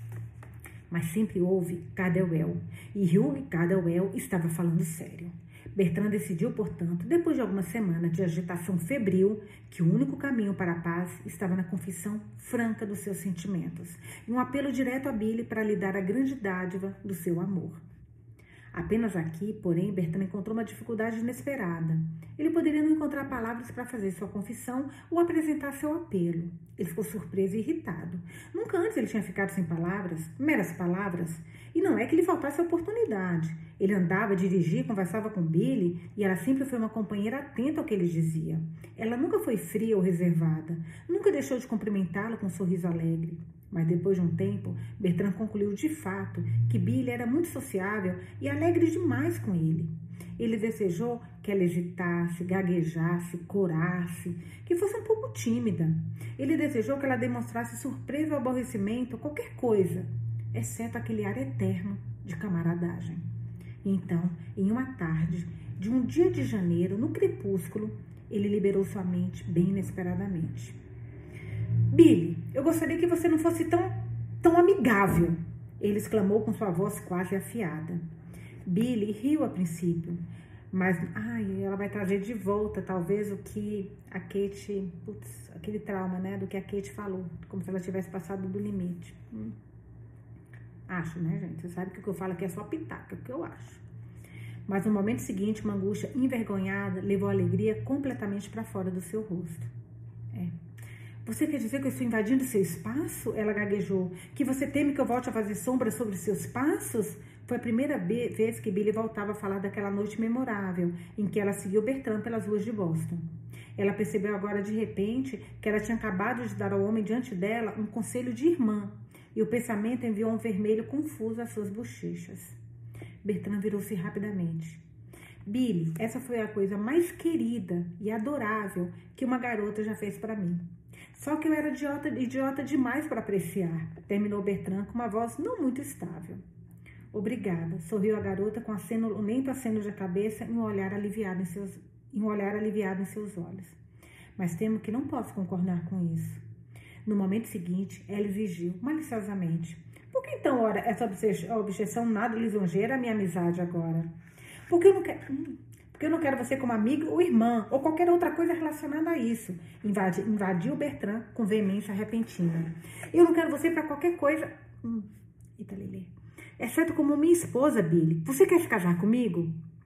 Mas sempre houve Cardwell. E Hugh Cardwell estava falando sério. Bertrand decidiu, portanto, depois de algumas semanas de agitação febril, que o único caminho para a paz estava na confissão franca dos seus sentimentos e um apelo direto a Billy para lhe dar a grande dádiva do seu amor. Apenas aqui, porém, Bertrand encontrou uma dificuldade inesperada. Ele poderia não encontrar palavras para fazer sua confissão ou apresentar seu apelo. Ele ficou surpreso e irritado. Nunca antes ele tinha ficado sem palavras, meras palavras. E não é que lhe faltasse a oportunidade. Ele andava, dirigia, conversava com Billy e ela sempre foi uma companheira atenta ao que ele dizia. Ela nunca foi fria ou reservada. Nunca deixou de cumprimentá-lo com um sorriso alegre. Mas depois de um tempo, Bertrand concluiu de fato que Billy era muito sociável e alegre demais com ele. Ele desejou que ela hesitasse, gaguejasse, corasse, que fosse um pouco tímida. Ele desejou que ela demonstrasse surpresa ou aborrecimento, qualquer coisa, exceto aquele ar eterno de camaradagem. Então, em uma tarde de um dia de janeiro, no crepúsculo, ele liberou sua mente bem inesperadamente. Billy, eu gostaria que você não fosse tão, tão amigável, ele exclamou com sua voz quase afiada. Billy riu a princípio, mas ai, ela vai trazer de volta talvez o que a Kate, putz, aquele trauma, né, do que a Kate falou, como se ela tivesse passado do limite. Hum. Acho, né, gente? Você sabe que o que eu falo aqui é só pitaca, é o que eu acho. Mas no momento seguinte, uma angústia envergonhada levou a alegria completamente para fora do seu rosto. É. Você quer dizer que eu estou invadindo seu espaço? Ela gaguejou. Que você teme que eu volte a fazer sombra sobre seus passos? Foi a primeira vez que Billy voltava a falar daquela noite memorável, em que ela seguiu Bertrand pelas ruas de Boston. Ela percebeu agora de repente que ela tinha acabado de dar ao homem diante dela um conselho de irmã, e o pensamento enviou um vermelho confuso às suas bochechas. Bertrand virou-se rapidamente. Billy, essa foi a coisa mais querida e adorável que uma garota já fez para mim. Só que eu era idiota, idiota demais para apreciar, terminou Bertrand com uma voz não muito estável. Obrigada, sorriu a garota com aceno, um lento aceno de cabeça e um olhar aliviado em seus, um olhar aliviado em seus olhos. Mas temo que não posso concordar com isso. No momento seguinte, ela exigiu, maliciosamente. Por que então, ora, essa objeção nada lisonjeira à minha amizade agora? Porque eu não quero... Hum, porque eu não quero você como amigo ou irmã, ou qualquer outra coisa relacionada a isso. Invadi, invadiu Bertrand com veemência repentina. Eu não quero você para qualquer coisa... Hum, eita, Lelê. Exceto como minha esposa, Billy. Você quer se casar comigo?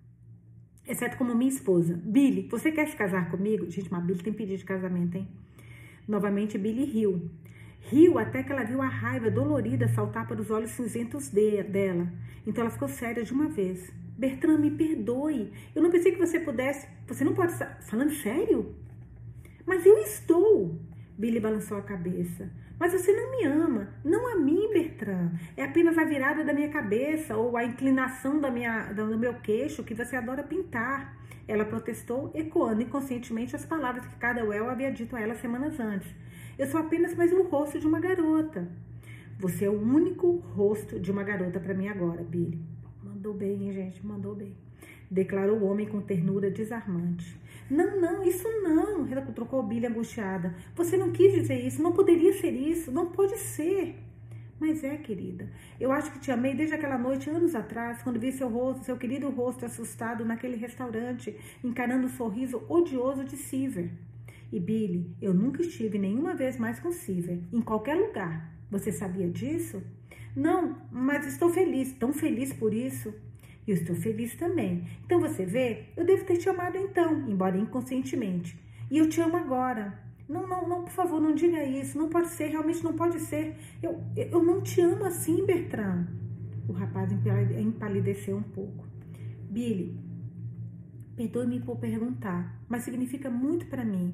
Exceto como minha esposa. Billy, você quer se casar comigo? Gente, mas Billy tem pedido de casamento, hein? Novamente, Billy riu. Riu até que ela viu a raiva dolorida saltar para os olhos cinzentos de, dela. Então ela ficou séria de uma vez. Bertrand, me perdoe. Eu não pensei que você pudesse... Você não pode estar... Falando sério? Mas eu estou. Billy balançou a cabeça. Mas você não me ama. Não a mim, Bertrand. É apenas a virada da minha cabeça ou a inclinação da minha, do meu queixo que você adora pintar. Ela protestou, ecoando inconscientemente as palavras que Cardwell havia dito a ela semanas antes. Eu sou apenas mais um rosto de uma garota. Você é o único rosto de uma garota para mim agora, Billy. Mandou bem, hein, gente? Mandou bem. Declarou o homem com ternura desarmante. Não, não, isso não, trocou Billy angustiada. Você não quis dizer isso, não poderia ser isso, não pode ser. Mas é, querida, eu acho que te amei desde aquela noite, anos atrás, quando vi seu rosto, seu querido rosto assustado naquele restaurante, encarando o sorriso odioso de Seaver. E Billy, eu nunca estive nenhuma vez mais com Seaver, em qualquer lugar. Você sabia disso? Não, mas estou feliz, tão feliz por isso. Eu estou feliz também. Então você vê, eu devo ter te amado então, embora inconscientemente. E eu te amo agora. Não, não, não, por favor, não diga isso. Não pode ser, realmente não pode ser. Eu, eu não te amo assim, Bertrand. O rapaz empalideceu um pouco. Billy, perdoe-me por perguntar, mas significa muito para mim.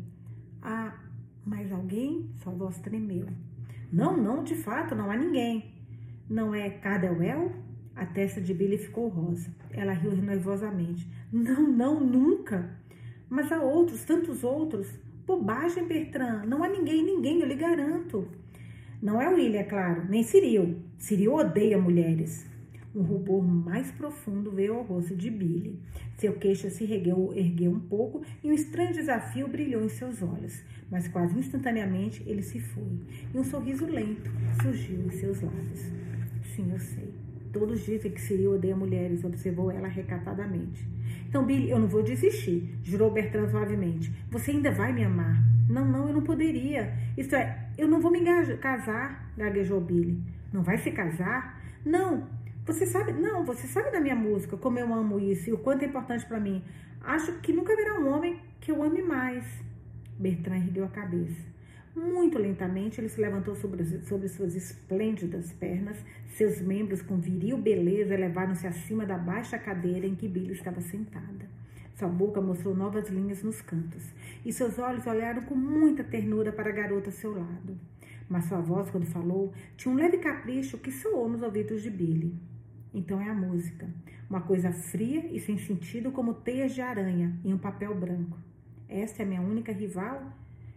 Há mais alguém? Sua voz tremeu. Não, não, de fato, não há ninguém. Não é Cardwell? A testa de Billy ficou rosa. Ela riu nervosamente. Não, não, nunca. Mas há outros, tantos outros. Bobagem, Bertrand. Não há ninguém, ninguém, eu lhe garanto. Não é o William, é claro, nem Cyril. Cyril odeia mulheres. Um rubor mais profundo veio ao rosto de Billy. Seu queixo se ergueu, ergueu um pouco e um estranho desafio brilhou em seus olhos. Mas quase instantaneamente ele se foi. E um sorriso lento surgiu em seus lábios. Sim, eu sei. Todos dizem que Cyril odeia mulheres, observou ela recatadamente. Então, Billy, eu não vou desistir, jurou Bertrand suavemente. Você ainda vai me amar. Não, não, eu não poderia. Isto é, eu não vou me casar, gaguejou Billy. Não vai se casar? Não, você sabe, não, você sabe da minha música, como eu amo isso e o quanto é importante para mim. Acho que nunca haverá um homem que eu ame mais. Bertrand ergueu a cabeça. Muito lentamente, ele se levantou sobre, sobre suas esplêndidas pernas. Seus membros com viril beleza elevaram-se acima da baixa cadeira em que Billy estava sentada. Sua boca mostrou novas linhas nos cantos, e seus olhos olharam com muita ternura para a garota ao seu lado. Mas sua voz, quando falou, tinha um leve capricho que soou nos ouvidos de Billy. Então é a música, uma coisa fria e sem sentido como teias de aranha em um papel branco. Esta é a minha única rival?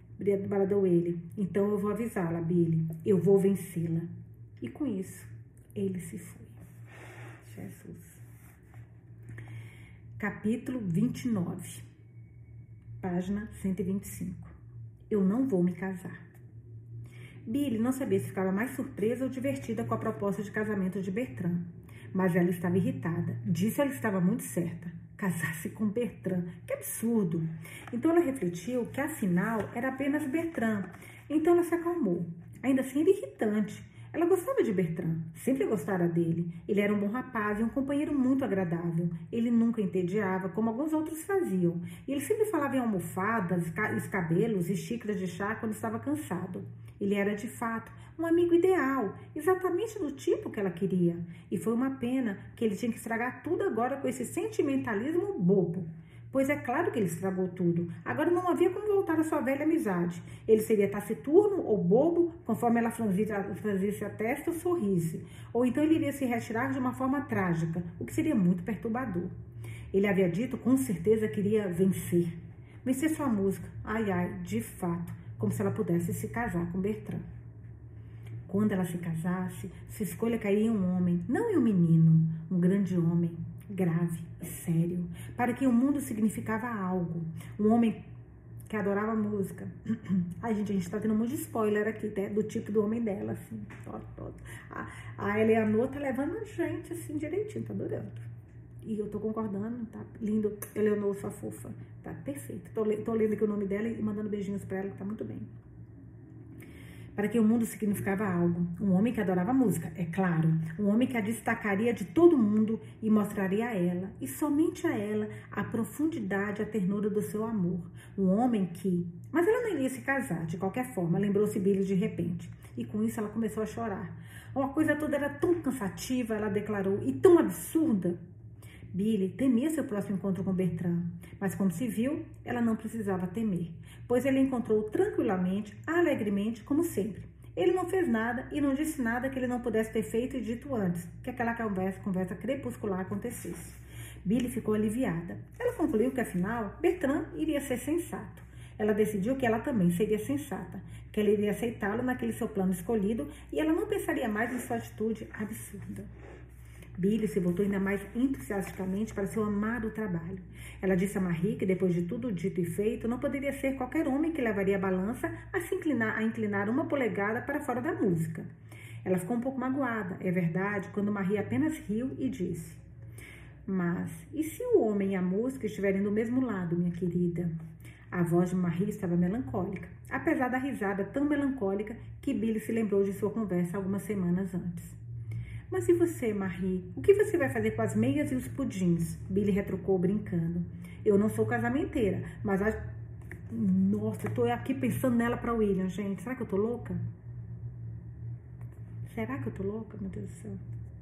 Bradou ele. Então eu vou avisá-la, Billy. Eu vou vencê-la. E com isso, ele se foi. Jesus. Capítulo vinte e nove. Página cento e vinte e cinco. Eu não vou me casar. Billy não sabia se ficava mais surpresa ou divertida com a proposta de casamento de Bertrand. Mas ela estava irritada. Disso ela estava muito certa. Casar-se com Bertrand. Que absurdo! Então ela refletiu que, afinal, era apenas Bertrand. Então ela se acalmou. Ainda assim, era irritante. Ela gostava de Bertrand, sempre gostara dele. Ele era um bom rapaz e um companheiro muito agradável. Ele nunca entediava, como alguns outros faziam. E ele sempre falava em almofadas, escabelos e xícaras de chá quando estava cansado. Ele era, de fato, um amigo ideal, exatamente do tipo que ela queria. E foi uma pena que ele tinha que estragar tudo agora com esse sentimentalismo bobo. Pois é claro que ele estragou tudo. Agora não havia como voltar à sua velha amizade. Ele seria taciturno ou bobo, conforme ela franzisse a testa ou sorrisse. Ou então ele iria se retirar de uma forma trágica, o que seria muito perturbador. Ele havia dito, com certeza, que iria vencer. Vencer sua música. Ai, ai, de fato, como se ela pudesse se casar com Bertrand. Quando ela se casasse, sua escolha cairia em um homem, não em um menino, um grande homem, grave e sério, para quem o mundo significava algo. Um homem que adorava música. Ai, gente, a gente tá tendo um monte de spoiler aqui, né, do tipo do homem dela, assim. Ó, ó. A, a Eleanor tá levando a gente, assim, direitinho, tá adorando. E eu tô concordando, tá lindo. Eleanor, sua fofa, tá perfeito. Tô, tô lendo aqui o nome dela e mandando beijinhos pra ela, que tá muito bem. Para que o mundo significava algo. Um homem que adorava música, é claro. Um homem que a destacaria de todo mundo e mostraria a ela, e somente a ela, a profundidade, a ternura do seu amor. Um homem que... Mas ela não iria se casar, de qualquer forma, lembrou-se Billy de repente. E com isso ela começou a chorar. Uma coisa toda era tão cansativa, ela declarou, e tão absurda. Billy temia seu próximo encontro com Bertrand, mas como se viu, ela não precisava temer, pois ele encontrou tranquilamente, alegremente, como sempre. Ele não fez nada e não disse nada que ele não pudesse ter feito e dito antes que aquela conversa, conversa crepuscular acontecesse. Billy ficou aliviada. Ela concluiu que, afinal, Bertrand iria ser sensato. Ela decidiu que ela também seria sensata, que ela iria aceitá-lo naquele seu plano escolhido e ela não pensaria mais em sua atitude absurda. Billy se voltou ainda mais entusiasticamente para seu amado trabalho. Ela disse a Marie que, depois de tudo dito e feito, não poderia ser qualquer homem que levaria a balança a se inclinar, a inclinar uma polegada para fora da música. Ela ficou um pouco magoada, é verdade, quando Marie apenas riu e disse: mas, e se o homem e a música estiverem do mesmo lado, minha querida? A voz de Marie estava melancólica, apesar da risada tão melancólica que Billy se lembrou de sua conversa algumas semanas antes. Mas e você, Marie? O que você vai fazer com as meias e os pudins? Billy retrucou brincando. Eu não sou casamenteira, mas a... Nossa, eu tô aqui pensando nela para William, gente. Será que eu tô louca? Será que eu tô louca? Meu Deus do céu.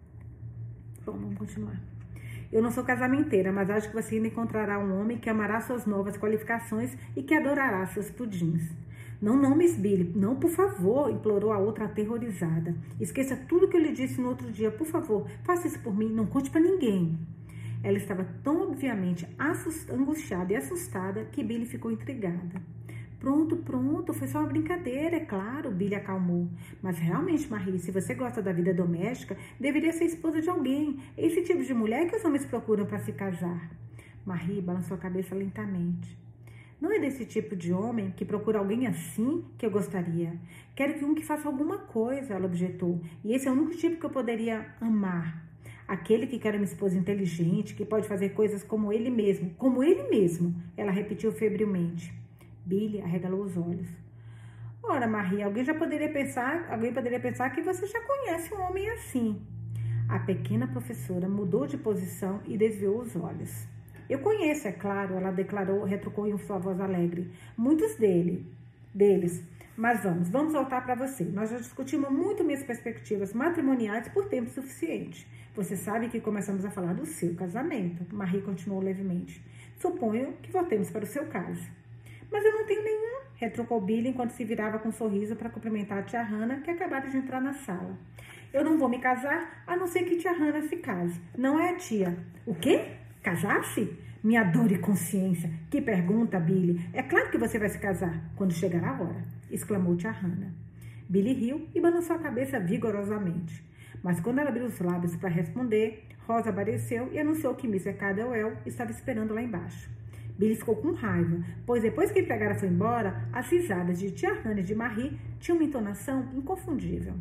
Bom, vamos continuar. Eu não sou casamenteira, mas acho que você ainda encontrará um homem que amará suas novas qualificações e que adorará seus pudins. Não, não, Miss Billy, não, por favor, implorou a outra aterrorizada. Esqueça tudo que eu lhe disse no outro dia, por favor, faça isso por mim, não conte para ninguém. Ela estava tão obviamente angustiada e assustada que Billy ficou intrigada. Pronto, pronto, foi só uma brincadeira, é claro, Billy acalmou. Mas realmente, Marie, se você gosta da vida doméstica, deveria ser esposa de alguém. Esse tipo de mulher que os homens procuram para se casar. Marie balançou a cabeça lentamente. Não é desse tipo de homem que procura alguém assim que eu gostaria. Quero que um que faça alguma coisa, ela objetou. E esse é o único tipo que eu poderia amar. Aquele que quer uma esposa inteligente, que pode fazer coisas como ele mesmo. Como ele mesmo, ela repetiu febrilmente. Billy arregalou os olhos. Ora, Marie, alguém já poderia pensar, alguém poderia pensar que você já conhece um homem assim. A pequena professora mudou de posição e desviou os olhos. Eu conheço, é claro, ela declarou, retrucou em sua voz alegre. Muitos dele, deles. Mas vamos, vamos voltar para você. Nós já discutimos muito minhas perspectivas matrimoniais por tempo suficiente. Você sabe que começamos a falar do seu casamento. Marie continuou levemente. Suponho que voltemos para o seu caso. Mas eu não tenho nenhum, retrucou Billy enquanto se virava com um sorriso para cumprimentar a tia Hannah, que acabara de entrar na sala. Eu não vou me casar, a não ser que tia Hannah se case. Não é a tia. O quê? Casar-se? Minha dor e consciência. Que pergunta, Billy. É claro que você vai se casar, quando chegar a hora, exclamou tia Hannah. Billy riu e balançou a cabeça vigorosamente. Mas quando ela abriu os lábios para responder, Rosa apareceu e anunciou que mister Caldwell estava esperando lá embaixo. Billy ficou com raiva, pois depois que a empregada foi embora, as risadas de tia Hannah e de Marie tinham uma entonação inconfundível.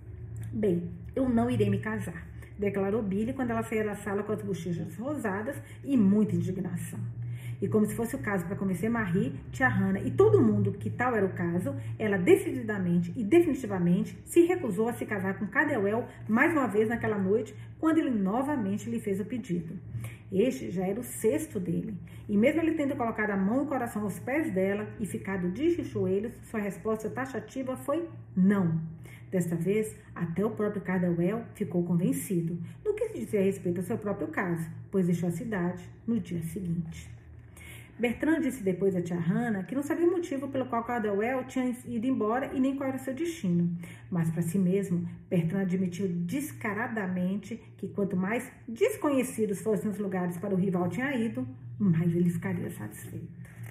Bem, eu não irei me casar, declarou Billy quando ela saía da sala com as bochechas rosadas e muita indignação. E como se fosse o caso para convencer Marie, tia Hannah e todo mundo que tal era o caso, ela decididamente e definitivamente se recusou a se casar com Caldwell mais uma vez naquela noite, quando ele novamente lhe fez o pedido. Este já era o sexto dele, e mesmo ele tendo colocado a mão e o coração aos pés dela e ficado de joelhos, sua resposta taxativa foi não. Desta vez, até o próprio Caldwell ficou convencido, no que se dizia a respeito ao seu próprio caso, pois deixou a cidade no dia seguinte. Bertrand disse depois a tia Hannah que não sabia o motivo pelo qual Caldwell tinha ido embora e nem qual era o seu destino. Mas para si mesmo, Bertrand admitiu descaradamente que quanto mais desconhecidos fossem os lugares para o rival tinha ido, mais ele ficaria satisfeito.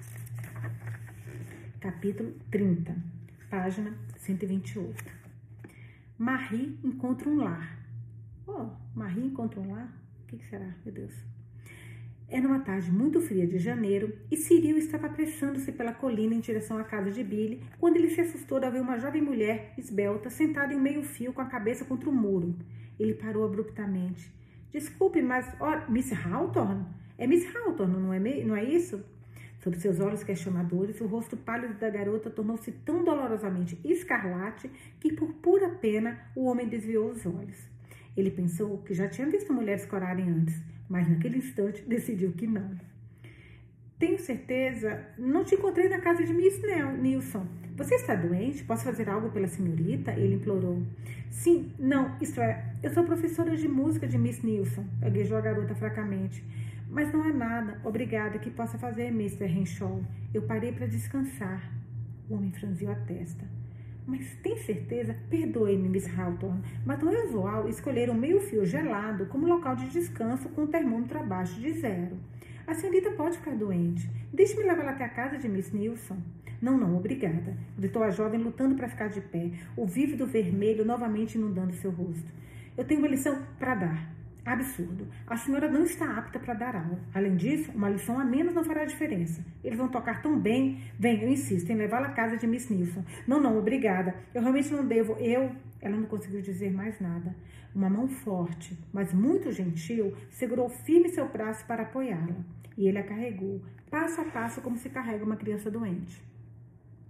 Capítulo trinta, página cento e vinte e oito. Marie encontra um lar. Oh, Marie encontra um lar? O que será, meu Deus? Era uma tarde muito fria de janeiro e Cyril estava apressando-se pela colina em direção à casa de Billy quando ele se assustou ao ver uma jovem mulher esbelta sentada em um meio-fio com a cabeça contra o muro. Ele parou abruptamente. Desculpe, mas... Oh, Miss Hawthorne? É Miss Hawthorne, não é, não é isso? Sob seus olhos questionadores, o rosto pálido da garota tornou-se tão dolorosamente escarlate que, por pura pena, o homem desviou os olhos. Ele pensou que já tinha visto mulheres corarem antes, mas naquele instante decidiu que não. Tenho certeza, não te encontrei na casa de Miss Nilsson. Você está doente? Posso fazer algo pela senhorita? Ele implorou. Sim, não, isto é, eu sou professora de música de Miss Nilsson, gaguejou a garota fracamente. Mas não é nada, obrigada, que possa fazer, mister Henshaw. Eu parei para descansar. O homem franziu a testa. Mas tem certeza? Perdoe-me, Miss Hawthorne, mas não é usual escolher um meio-fio gelado como local de descanso com o termômetro abaixo de zero. A senhorita pode ficar doente. Deixe-me levá-la até a casa de Miss Nilsson. Não, não, obrigada, gritou a jovem lutando para ficar de pé, o vívido vermelho novamente inundando seu rosto. Eu tenho uma lição para dar. Absurdo. A senhora não está apta para dar aula. Além disso, uma lição a menos não fará diferença. Eles vão tocar tão bem. Vem, eu insisto em levá-la à casa de Miss Nilsson. Não, não, obrigada. Eu realmente não devo. Eu... Ela não conseguiu dizer mais nada. Uma mão forte, mas muito gentil, segurou firme seu braço para apoiá-la. E ele a carregou, passo a passo, como se carrega uma criança doente.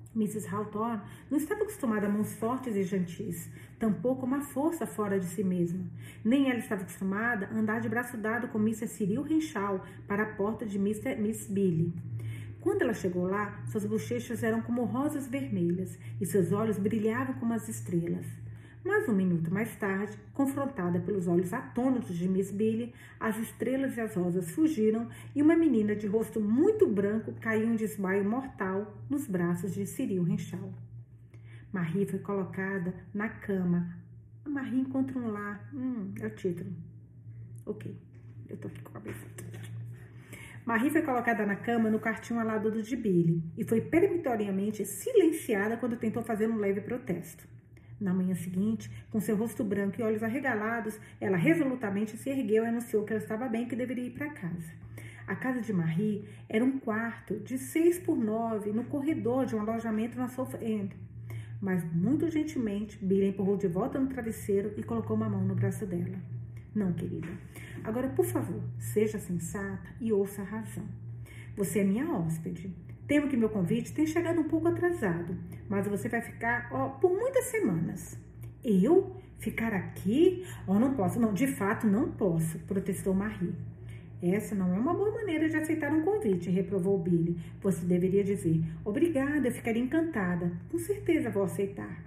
missus Hawthorne não estava acostumada a mãos fortes e gentis, tampouco uma força fora de si mesma. Nem ela estava acostumada a andar de braço dado com missus Cyril Henshaw para a porta de mister Miss Billy. Quando ela chegou lá, suas bochechas eram como rosas vermelhas e seus olhos brilhavam como as estrelas. Mas um minuto mais tarde, confrontada pelos olhos atônitos de Miss Billy, as estrelas e as rosas fugiram e uma menina de rosto muito branco caiu em desmaio mortal nos braços de Cyril Henshaw. Marie foi colocada na cama. A Marie encontra um lar. Hum, é o título. Ok, eu tô aqui com a cabeça. Marie foi colocada na cama no quartinho ao lado do de Billy e foi peremptoriamente silenciada quando tentou fazer um leve protesto. Na manhã seguinte, com seu rosto branco e olhos arregalados, ela resolutamente se ergueu e anunciou que ela estava bem e que deveria ir para casa. A casa de Marie era um quarto de seis por nove no corredor de um alojamento na South End. Mas, muito gentilmente, Billy empurrou de volta no travesseiro e colocou uma mão no braço dela. Não, querida. Agora, por favor, seja sensata e ouça a razão. Você é minha hóspede. Temo que meu convite tenha chegado um pouco atrasado, mas você vai ficar, ó, por muitas semanas. Eu? Ficar aqui? Oh, não posso. Não, de fato, não posso, protestou Marie. Essa não é uma boa maneira de aceitar um convite, reprovou Billy. Você deveria dizer, obrigada, eu ficaria encantada. Com certeza vou aceitar.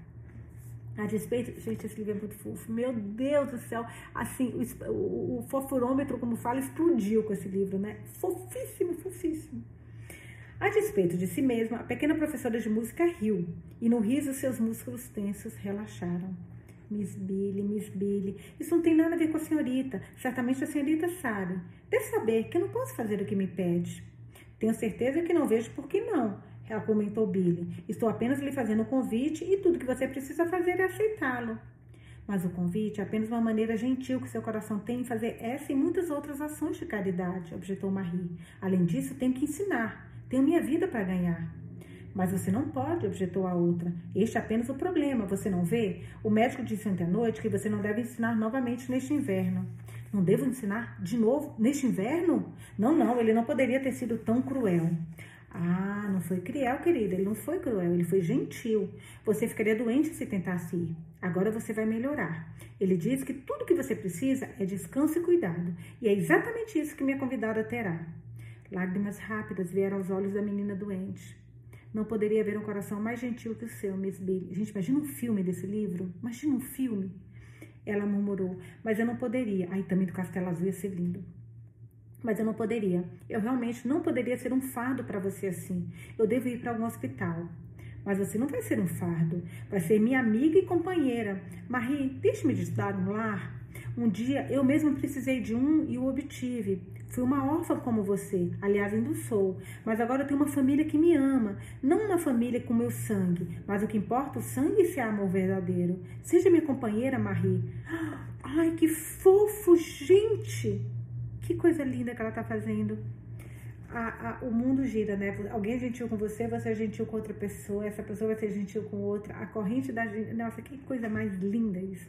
A despeito, gente, esse livro é muito fofo. Meu Deus do céu, assim, o, o, o fofurômetro, como fala, explodiu com esse livro, né? Fofíssimo, fofíssimo. A despeito de si mesma, a pequena professora de música riu, e no riso seus músculos tensos relaxaram. Miss Billy, Miss Billy, isso não tem nada a ver com a senhorita. Certamente a senhorita sabe. Deve saber que eu não posso fazer o que me pede. Tenho certeza que não vejo por que não, argumentou Billy. Estou apenas lhe fazendo um convite e tudo que você precisa fazer é aceitá-lo. Mas o convite é apenas uma maneira gentil que seu coração tem em fazer essa e muitas outras ações de caridade, objetou Marie. Além disso, tenho que ensinar. Tenho minha vida para ganhar. Mas você não pode, objetou a outra. Este é apenas o problema, você não vê? O médico disse ontem à noite que você não deve ensinar novamente neste inverno. Não devo ensinar de novo neste inverno? Não, não, ele não poderia ter sido tão cruel. Ah, não foi cruel, querida, ele não foi cruel, ele foi gentil. Você ficaria doente se tentasse ir. Agora você vai melhorar. Ele diz que tudo que você precisa é descanso e cuidado. E é exatamente isso que minha convidada terá. Lágrimas rápidas vieram aos olhos da menina doente. Não poderia haver um coração mais gentil que o seu, Miss Billy. Gente, imagina um filme desse livro. Imagina um filme. Ela murmurou, mas eu não poderia. Ai, também do Castelo Azul ia ser lindo. Mas eu não poderia. Eu realmente não poderia ser um fardo para você assim. Eu devo ir para algum hospital. Mas você não vai ser um fardo. Vai ser minha amiga e companheira. Marie, deixe-me te dar um lar. Um dia eu mesmo precisei de um e o obtive. Fui uma órfã como você, aliás, ainda sou, mas agora eu tenho uma família que me ama, não uma família com meu sangue, mas o que importa, o sangue e se há amor verdadeiro. Seja minha companheira, Marie. Ai, que fofo, gente! Que coisa linda que ela tá fazendo. A, a, o mundo gira, né? Alguém é gentil com você, você é gentil com outra pessoa, essa pessoa vai ser gentil com outra. A corrente da gente... Nossa, que coisa mais linda isso.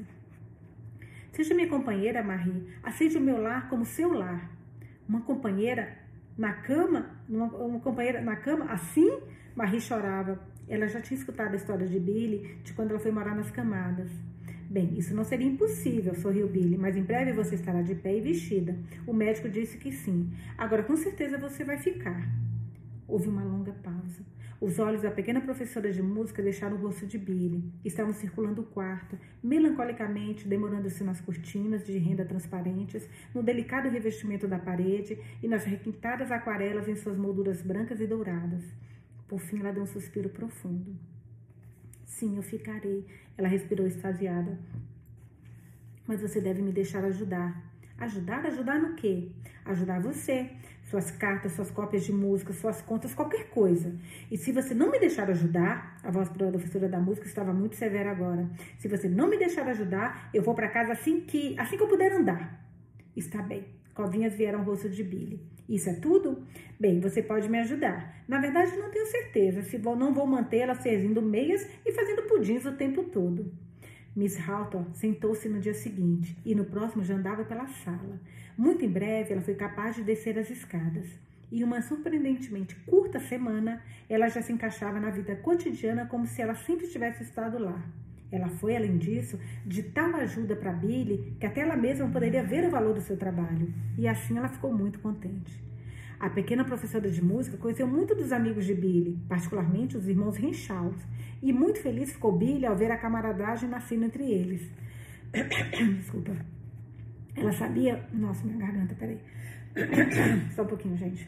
Seja minha companheira, Marie. Aceite o meu lar como seu lar. Uma companheira na cama, uma, uma companheira na cama, assim? Marie chorava. Ela já tinha escutado a história de Billy, de quando ela foi morar nas camadas. Bem, isso não seria impossível, sorriu Billy, mas em breve você estará de pé e vestida. O médico disse que sim. Agora, com certeza, você vai ficar. Houve uma longa pausa. Os olhos da pequena professora de música deixaram o rosto de Billy. Estavam circulando o quarto, melancolicamente, demorando-se nas cortinas de renda transparentes, no delicado revestimento da parede e nas requintadas aquarelas em suas molduras brancas e douradas. Por fim, ela deu um suspiro profundo. Sim, eu ficarei. Ela respirou extasiada. Mas você deve me deixar ajudar. Ajudar? Ajudar no quê? Ajudar você. Suas cartas, suas cópias de música, suas contas, qualquer coisa. E se você não me deixar ajudar, a voz da professora da música estava muito severa agora. Se você não me deixar ajudar, eu vou para casa assim que, assim que eu puder andar. Está bem. Covinhas vieram ao rosto de Billy. Isso é tudo? Bem, você pode me ajudar. Na verdade, não tenho certeza se vou, não vou mantê-la servindo meias e fazendo pudins o tempo todo. Miss Hawthorne sentou-se no dia seguinte e no próximo já andava pela sala. Muito em breve ela foi capaz de descer as escadas. Em uma surpreendentemente curta semana, ela já se encaixava na vida cotidiana como se ela sempre tivesse estado lá. Ela foi, além disso, de tal ajuda para Billy que até ela mesma poderia ver o valor do seu trabalho. E assim ela ficou muito contente. A pequena professora de música conheceu muito dos amigos de Billy, particularmente os irmãos Renshaw, e muito feliz ficou Billy ao ver a camaradagem nascendo entre eles. Desculpa. Ela sabia... Nossa, minha garganta, peraí. Só um pouquinho, gente.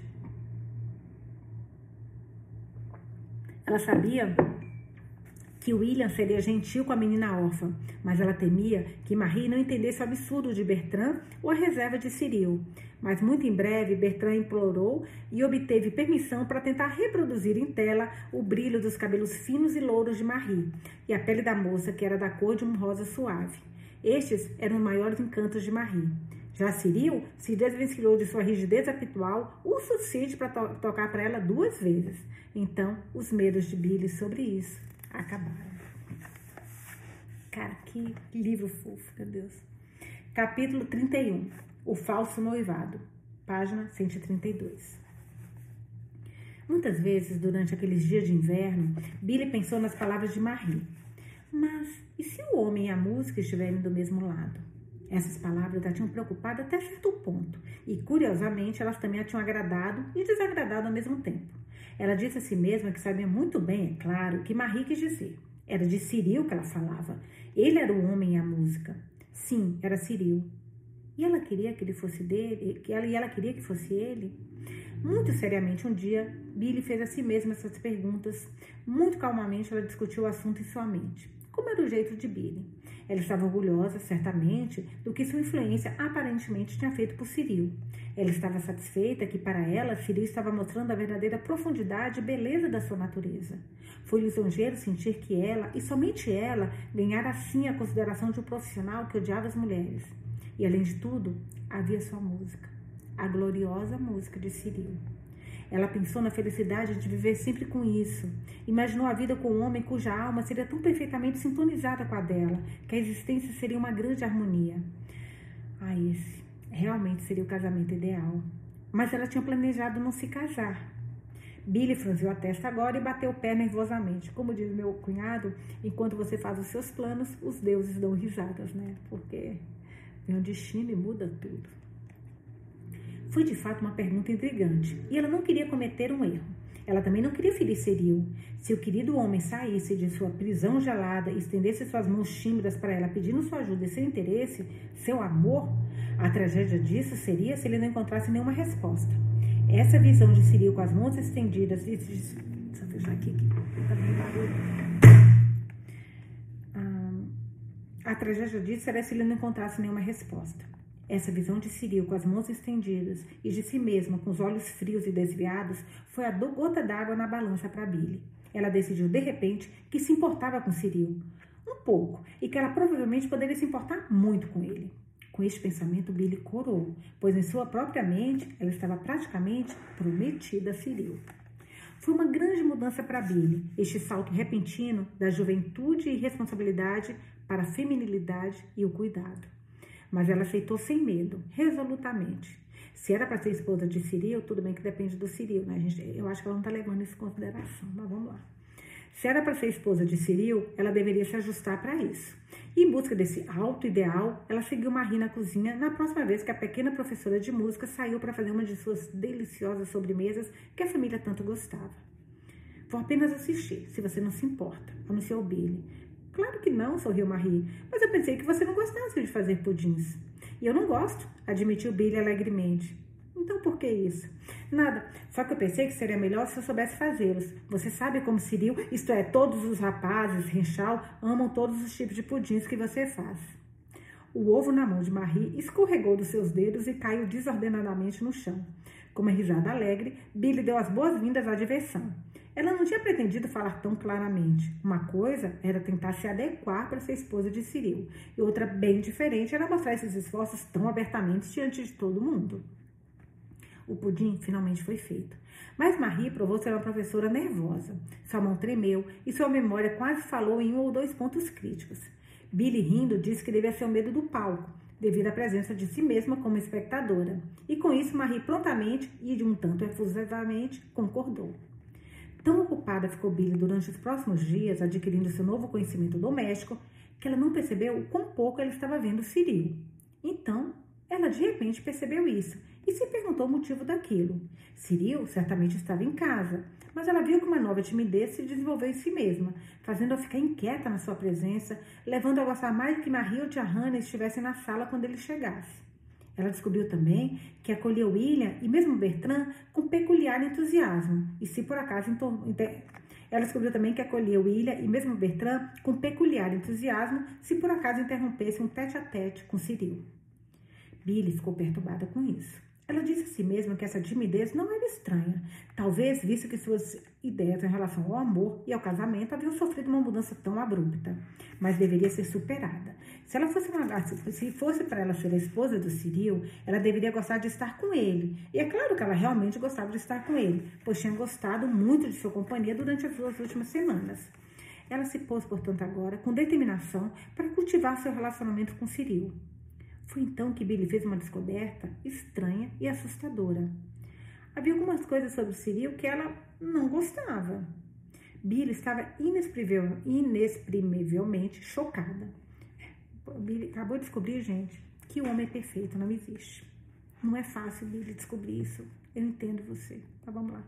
Ela sabia que William seria gentil com a menina órfã, mas ela temia que Marie não entendesse o absurdo de Bertrand ou a reserva de Cyril. Mas muito em breve, Bertrand implorou e obteve permissão para tentar reproduzir em tela o brilho dos cabelos finos e louros de Marie e a pele da moça, que era da cor de um rosa suave. Estes eram os maiores encantos de Marie. Já Cyril se desvencilhou de sua rigidez habitual o suficiente para to tocar para ela duas vezes. Então, os medos de Billy sobre isso acabaram. Cara, que livro fofo, meu Deus. Capítulo trinta e um. O falso noivado. Página cento e trinta e dois. Muitas vezes, durante aqueles dias de inverno, Billy pensou nas palavras de Marie. Mas, e se o homem e a música estiverem do mesmo lado? Essas palavras a tinham preocupado até certo ponto, e curiosamente elas também a tinham agradado e desagradado ao mesmo tempo. Ela disse a si mesma que sabia muito bem, é claro, o que Marie quis dizer. Era de Cyril que ela falava. Ele era o homem e a música. Sim, era Cyril. E ela queria que ele fosse dele, que ela, e ela queria que fosse ele. Muito seriamente, um dia, Billy fez a si mesma essas perguntas. Muito calmamente, ela discutiu o assunto em sua mente. Como era o jeito de Billy? Ela estava orgulhosa, certamente, do que sua influência aparentemente tinha feito por Cyril. Ela estava satisfeita que, para ela, Cyril estava mostrando a verdadeira profundidade e beleza da sua natureza. Foi lisonjeiro sentir que ela, e somente ela, ganhara assim a consideração de um profissional que odiava as mulheres. E, além de tudo, havia sua música, a gloriosa música de Cyril. Ela pensou na felicidade de viver sempre com isso. Imaginou a vida com um homem cuja alma seria tão perfeitamente sintonizada com a dela, que a existência seria uma grande harmonia. Ah, esse realmente seria o casamento ideal. Mas ela tinha planejado não se casar. Billy franziu a testa agora e bateu o pé nervosamente. Como diz meu cunhado, enquanto você faz os seus planos, os deuses dão risadas, né? Porque vem um destino e muda tudo. Foi de fato uma pergunta intrigante, e ela não queria cometer um erro. Ela também não queria ferir Cyril. Se o querido homem saísse de sua prisão gelada e estendesse suas mãos tímidas para ela pedindo sua ajuda e seu interesse, seu amor, a tragédia disso seria se ele não encontrasse nenhuma resposta. Essa visão de Cyril com as mãos estendidas... Deixa eu fechar aqui, que tá dando barulho. Ah, a tragédia disso seria se ele não encontrasse nenhuma resposta. Essa visão de Cyril com as mãos estendidas e de si mesma com os olhos frios e desviados foi a gota d'água na balança para Billy. Ela decidiu de repente que se importava com Cyril, um pouco, e que ela provavelmente poderia se importar muito com ele. Com este pensamento, Billy corou, pois em sua própria mente ela estava praticamente prometida a Cyril. Foi uma grande mudança para Billy, este salto repentino da juventude e responsabilidade para a feminilidade e o cuidado. Mas ela aceitou sem medo, resolutamente. Se era para ser esposa de Cyril, tudo bem que depende do Cyril, né, gente? Eu acho que ela não está levando isso em consideração, mas vamos lá. Se era para ser esposa de Cyril, ela deveria se ajustar para isso. E em busca desse alto ideal, ela seguiu Marie na cozinha na próxima vez que a pequena professora de música saiu para fazer uma de suas deliciosas sobremesas que a família tanto gostava. Vou apenas assistir, se você não se importa, anunciou Billy. Claro que não, sorriu Marie, mas eu pensei que você não gostasse de fazer pudins. E eu não gosto, admitiu Billy alegremente. Então por que isso? Nada, só que eu pensei que seria melhor se eu soubesse fazê-los. Você sabe como Cyril, isto é, todos os rapazes, Renshaw, amam todos os tipos de pudins que você faz. O ovo na mão de Marie escorregou dos seus dedos e caiu desordenadamente no chão. Com uma risada alegre, Billy deu as boas-vindas à diversão. Ela não tinha pretendido falar tão claramente. Uma coisa era tentar se adequar para ser esposa de Cyril, e outra bem diferente era mostrar esses esforços tão abertamente diante de todo mundo. O pudim finalmente foi feito. Mas Marie provou ser uma professora nervosa. Sua mão tremeu e sua memória quase falou em um ou dois pontos críticos. Billy, rindo, disse que devia ser o medo do palco, devido à presença de si mesma como espectadora. E com isso, Marie prontamente e de um tanto efusivamente concordou. Tão ocupada ficou Billy durante os próximos dias, adquirindo seu novo conhecimento doméstico, que ela não percebeu o quão pouco ela estava vendo Cyril. Então, ela de repente percebeu isso e se perguntou o motivo daquilo. Cyril certamente estava em casa, mas ela viu que uma nova timidez se desenvolveu em si mesma, fazendo-a ficar inquieta na sua presença, levando-a a gostar mais que Marie ou tia Hannah estivessem na sala quando ele chegasse. Ela descobriu também que acolheu William e mesmo Bertrand com peculiar entusiasmo, e se por acaso ela descobriu também que acolheu William e mesmo Bertrand com peculiar entusiasmo, se por acaso interrompesse um tete-a-tete com Cyril. Billy ficou perturbada com isso. Ela disse a si mesma que essa timidez não era estranha, talvez visto que suas ideias em relação ao amor e ao casamento haviam sofrido uma mudança tão abrupta, mas deveria ser superada. Se ela fosse uma, se fosse para ela ser a esposa do Cyril, ela deveria gostar de estar com ele. E é claro que ela realmente gostava de estar com ele, pois tinha gostado muito de sua companhia durante as duas últimas semanas. Ela se pôs, portanto, agora com determinação para cultivar seu relacionamento com Cyril. Foi então que Billy fez uma descoberta estranha e assustadora. Havia algumas coisas sobre Cyril que ela não gostava. Billy estava inexprimivelmente chocada. Billy acabou de descobrir, gente, que o homem é perfeito não existe. Não é fácil, Billy, descobrir isso. Eu entendo você. Tá, vamos lá.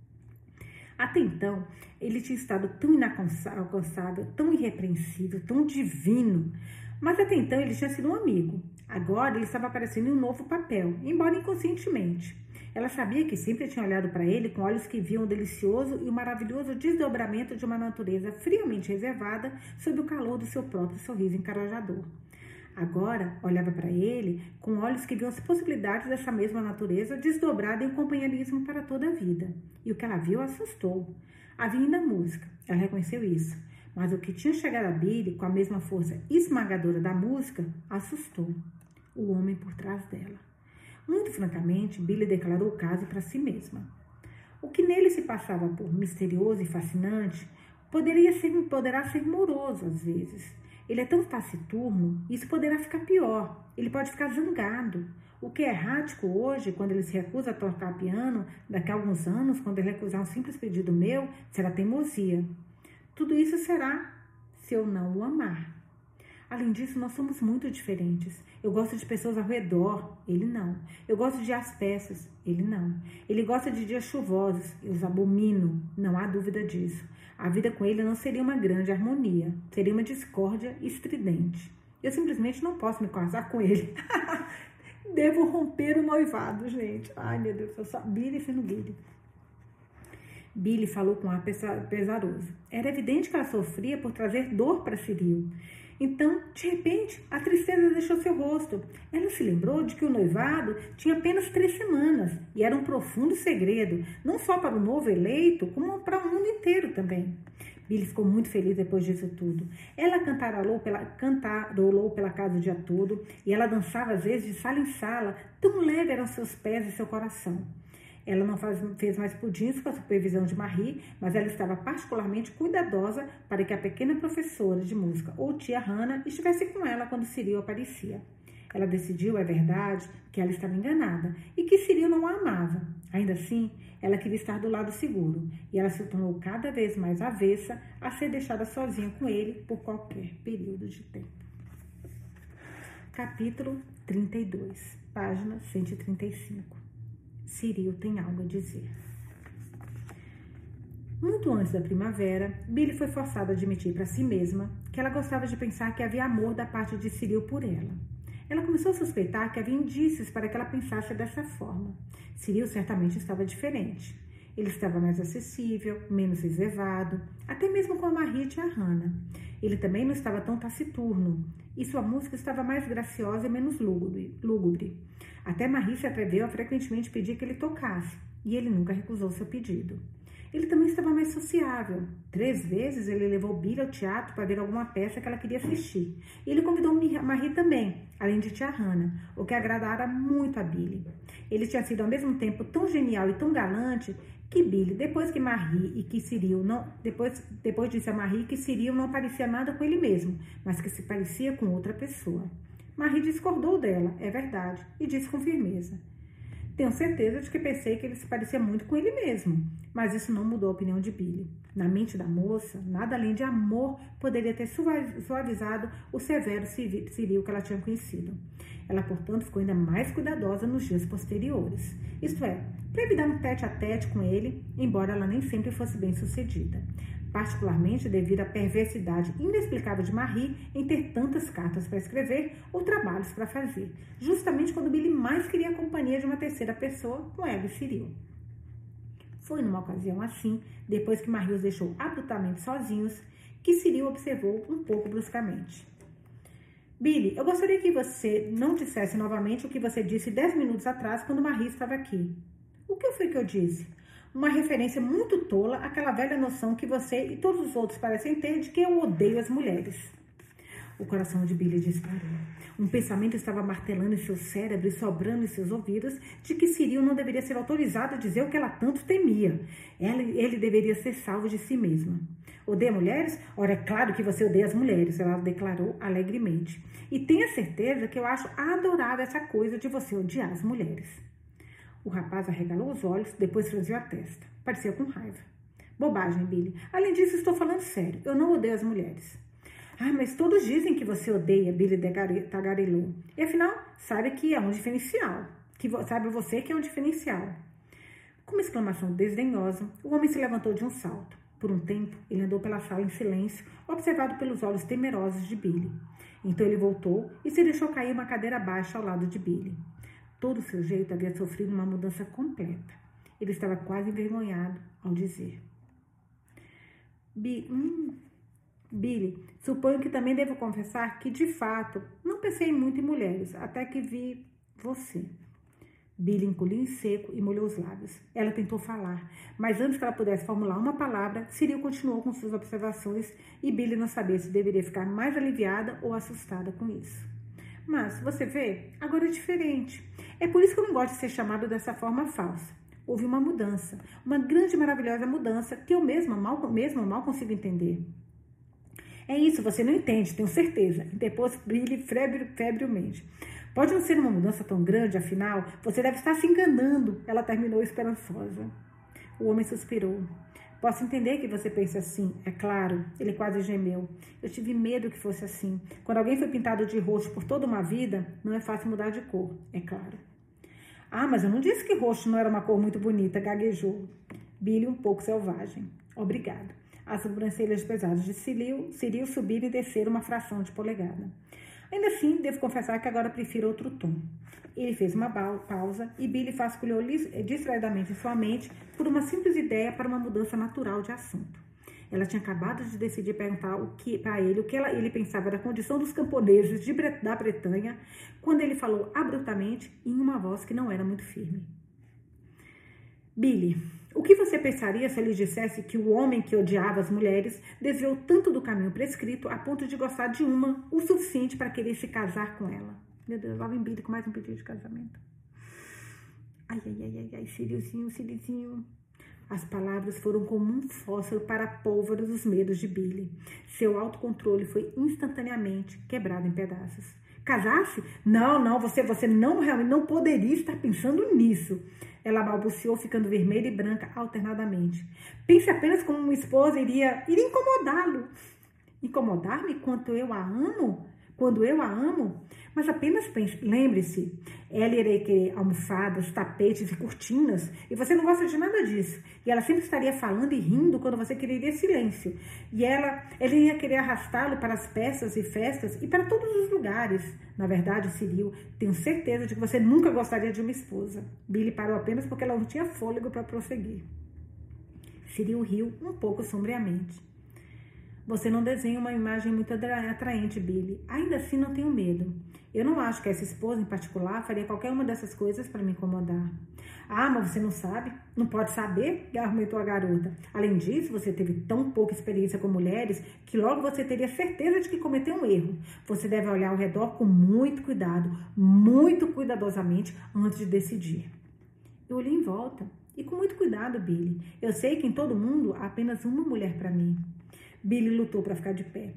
Até então, ele tinha estado tão inalcançável, tão irrepreensível, tão divino. Mas até então ele tinha sido um amigo. Agora ele estava aparecendo em um novo papel, embora inconscientemente. Ela sabia que sempre tinha olhado para ele com olhos que viam o delicioso e o maravilhoso desdobramento de uma natureza friamente reservada sob o calor do seu próprio sorriso encorajador. Agora olhava para ele com olhos que viam as possibilidades dessa mesma natureza desdobrada em um companheirismo para toda a vida. E o que ela viu assustou. Havia ainda música, ela reconheceu isso. Mas o que tinha chegado a Billy, com a mesma força esmagadora da música, assustou o homem por trás dela. Muito francamente, Billy declarou o caso para si mesma. O que nele se passava por misterioso e fascinante poderia ser, poderá ser moroso às vezes. Ele é tão taciturno, isso poderá ficar pior. Ele pode ficar zangado. O que é errático hoje, quando ele se recusa a tocar piano, daqui a alguns anos, quando ele recusar um simples pedido meu, será teimosia. Tudo isso será se eu não o amar. Além disso, nós somos muito diferentes. Eu gosto de pessoas ao redor, ele não. Eu gosto de as peças, ele não. Ele gosta de dias chuvosos, eu os abomino, não há dúvida disso. A vida com ele não seria uma grande harmonia, seria uma discórdia estridente. Eu simplesmente não posso me casar com ele. Devo romper o noivado, gente. Ai, meu Deus, eu só Billy sendo Billy. Billy falou com ar pesaroso. Era evidente que ela sofria por trazer dor para Cyril. Então, de repente, a tristeza deixou seu rosto. Ela se lembrou de que o noivado tinha apenas três semanas e era um profundo segredo, não só para o novo eleito, como para o mundo inteiro também. Billy ficou muito feliz depois disso tudo. Ela cantarolou pela, cantarolou pela casa o dia todo e ela dançava às vezes de sala em sala, tão leve eram seus pés e seu coração. Ela não faz, fez mais pudins com a supervisão de Marie, mas ela estava particularmente cuidadosa para que a pequena professora de música ou tia Hannah estivesse com ela quando Cyril aparecia. Ela decidiu, é verdade, que ela estava enganada e que Cyril não a amava. Ainda assim, ela queria estar do lado seguro e ela se tornou cada vez mais avessa a ser deixada sozinha com ele por qualquer período de tempo. Capítulo trinta e dois, página cento e trinta e cinco. Cyril tem algo a dizer. Muito antes da primavera, Billy foi forçada a admitir para si mesma que ela gostava de pensar que havia amor da parte de Cyril por ela. Ela começou a suspeitar que havia indícios para que ela pensasse dessa forma. Cyril certamente estava diferente. Ele estava mais acessível, menos reservado, até mesmo com a Marie e a Hannah. Ele também não estava tão taciturno, e sua música estava mais graciosa e menos lúgubre. lúgubre. Até Marie se atreveu a frequentemente pedir que ele tocasse, e ele nunca recusou seu pedido. Ele também estava mais sociável. Três vezes ele levou Billy ao teatro para ver alguma peça que ela queria assistir. E ele convidou Marie também, além de tia Hannah, o que agradara muito a Billy. Ele tinha sido ao mesmo tempo tão genial e tão galante que Billy, depois que Marie e que Cyril não, depois, depois disse a Marie que Cyril não parecia nada com ele mesmo, mas que se parecia com outra pessoa. Marie discordou dela, é verdade, e disse com firmeza: tenho certeza de que pensei que ele se parecia muito com ele mesmo, mas isso não mudou a opinião de Billy. Na mente da moça, nada além de amor poderia ter suavizado o severo Cyril que ela tinha conhecido. Ela, portanto, ficou ainda mais cuidadosa nos dias posteriores. Isto é, para evitar um tete-a-tete com ele, embora ela nem sempre fosse bem sucedida. Particularmente devido à perversidade inexplicável de Marie em ter tantas cartas para escrever ou trabalhos para fazer, justamente quando Billy mais queria a companhia de uma terceira pessoa, com ela e Cyril. Foi numa ocasião assim, depois que Marie os deixou abruptamente sozinhos, que Cyril observou um pouco bruscamente: Billy, eu gostaria que você não dissesse novamente o que você disse dez minutos atrás quando Marie estava aqui. O que foi que eu disse? Uma referência muito tola àquela velha noção que você e todos os outros parecem ter de que eu odeio as mulheres. O coração de Billy disparou. Um pensamento estava martelando em seu cérebro e sobrando em seus ouvidos de que Cyril não deveria ser autorizado a dizer o que ela tanto temia. Ela, ele deveria ser salvo de si mesma. Odeia mulheres? Ora, é claro que você odeia as mulheres, ela declarou alegremente. E tenha certeza que eu acho adorável essa coisa de você odiar as mulheres. O rapaz arregalou os olhos, depois franziu a testa. Parecia com raiva. Bobagem, Billy. Além disso, estou falando sério. Eu não odeio as mulheres. Ah, mas todos dizem que você odeia, Billy tagarelou. E afinal, sabe que é um diferencial. Que sabe você que é um diferencial. Com uma exclamação desdenhosa, o homem se levantou de um salto. Por um tempo, ele andou pela sala em silêncio, observado pelos olhos temerosos de Billy. Então ele voltou e se deixou cair uma cadeira baixa ao lado de Billy. Todo o seu jeito havia sofrido uma mudança completa. Ele estava quase envergonhado ao dizer: Bi, hum, Billy, suponho que também devo confessar que, de fato, não pensei muito em mulheres, até que vi você. Billy engoliu em seco e molhou os lábios. Ela tentou falar, mas antes que ela pudesse formular uma palavra, Cyril continuou com suas observações e Billy não sabia se deveria ficar mais aliviada ou assustada com isso. Mas, você vê, agora é diferente. É por isso que eu não gosto de ser chamado dessa forma falsa. Houve uma mudança, uma grande e maravilhosa mudança que eu mesma mal, mesmo mal consigo entender. É isso, você não entende, tenho certeza, interpôs Billy febrilmente. Pode não ser uma mudança tão grande, afinal, você deve estar se enganando, ela terminou esperançosa. O homem suspirou. Posso entender que você pense assim, é claro, ele quase gemeu. Eu tive medo que fosse assim. Quando alguém foi pintado de roxo por toda uma vida, não é fácil mudar de cor, é claro. Ah, mas eu não disse que roxo não era uma cor muito bonita, gaguejou. Billy um pouco selvagem. Obrigado. As sobrancelhas pesadas de Cyril, Cyril subiram e desceram uma fração de polegada. Ainda assim, devo confessar que agora prefiro outro tom. Ele fez uma pausa e Billy vasculhou distraidamente em sua mente por uma simples ideia para uma mudança natural de assunto. Ela tinha acabado de decidir perguntar o que, para ele o que ela, ele pensava da condição dos camponeses de, da Bretanha, quando ele falou abruptamente em uma voz que não era muito firme. Billy, o que você pensaria se eu lhe dissesse que o homem que odiava as mulheres desviou tanto do caminho prescrito a ponto de gostar de uma o suficiente para querer se casar com ela? Meu Deus, lá vem Billy com mais um pedido de casamento. Ai, ai, ai, ai, ai, Cirilzinho, Cirilzinho. As palavras foram como um fósforo para a pólvora dos medos de Billy. Seu autocontrole foi instantaneamente quebrado em pedaços. Casar-se? Não, não, você, você não realmente não poderia estar pensando nisso. Ela balbuciou, ficando vermelha e branca alternadamente. Pense apenas como uma esposa iria, iria incomodá-lo. Incomodar-me quanto eu a amo? Quando eu a amo? Mas apenas pense, lembre-se, ela iria querer almofadas, tapetes e cortinas, e você não gosta de nada disso. E ela sempre estaria falando e rindo quando você quereria silêncio. E ela, ela iria querer arrastá-lo para as peças e festas e para todos os lugares. Na verdade, Cyril, tenho certeza de que você nunca gostaria de uma esposa. Billy parou apenas porque ela não tinha fôlego para prosseguir. Cyril riu um pouco sombriamente. Você não desenha uma imagem muito atraente, Billy. Ainda assim, não tenho medo. Eu não acho que essa esposa em particular faria qualquer uma dessas coisas para me incomodar. Ah, mas você não sabe? Não pode saber? Argumentou a garota. Além disso, você teve tão pouca experiência com mulheres que logo você teria certeza de que cometeu um erro. Você deve olhar ao redor com muito cuidado, muito cuidadosamente, antes de decidir. Eu olhei em volta. E com muito cuidado, Billy. Eu sei que em todo mundo há apenas uma mulher para mim. Billy lutou para ficar de pé.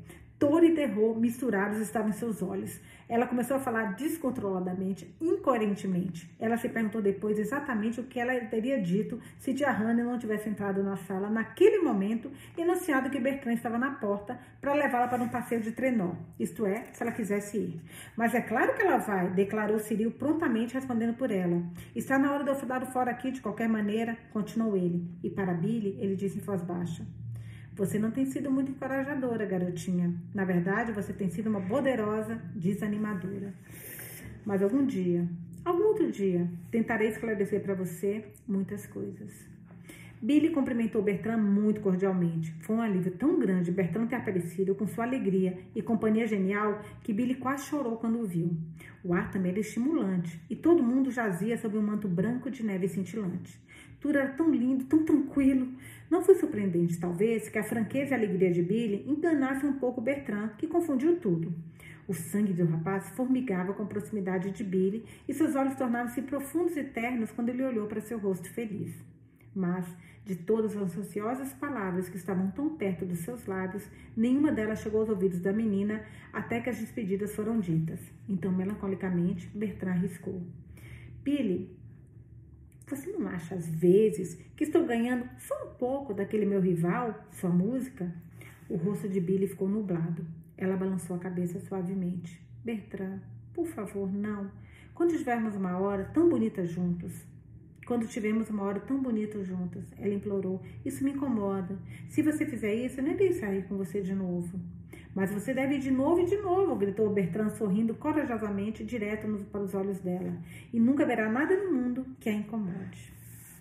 Dor e terror misturados estavam em seus olhos. Ela começou a falar descontroladamente, incoerentemente. Ela se perguntou depois exatamente o que ela teria dito se Tia Hannah não tivesse entrado na sala naquele momento e anunciado que Bertrand estava na porta para levá-la para um passeio de trenó, isto é, se ela quisesse ir. Mas é claro que ela vai, declarou Cyril prontamente respondendo por ela. Está na hora de eu dar fora aqui de qualquer maneira, continuou ele. E para Billy, ele disse em voz baixa: você não tem sido muito encorajadora, garotinha. Na verdade, você tem sido uma poderosa desanimadora. Mas algum dia, algum outro dia, tentarei esclarecer para você muitas coisas. Billy cumprimentou Bertrand muito cordialmente. Foi um alívio tão grande Bertrand ter aparecido com sua alegria e companhia genial que Billy quase chorou quando o viu. O ar também era estimulante e todo mundo jazia sob um manto branco de neve cintilante. Tudo era tão lindo, tão tranquilo. Não foi surpreendente, talvez, que a franqueza e a alegria de Billy enganassem um pouco Bertrand, que confundiu tudo. O sangue do rapaz formigava com a proximidade de Billy e seus olhos tornavam-se profundos e ternos quando ele olhou para seu rosto feliz. Mas, de todas as ansiosas palavras que estavam tão perto dos seus lábios, nenhuma delas chegou aos ouvidos da menina até que as despedidas foram ditas. Então, melancolicamente, Bertrand arriscou: Billy, você não acha, às vezes, que estou ganhando só um pouco daquele meu rival, sua música? O rosto de Billy ficou nublado. Ela balançou a cabeça suavemente. Bertrand, por favor, não. Quando tivermos uma hora tão bonita juntos. Quando tivermos uma hora tão bonita juntas, ela implorou. Isso me incomoda. Se você fizer isso, eu nem irei sair com você de novo. Mas você deve ir de novo e de novo, gritou Bertrand, sorrindo corajosamente direto nos, para os olhos dela. E nunca haverá nada no mundo que a incomode.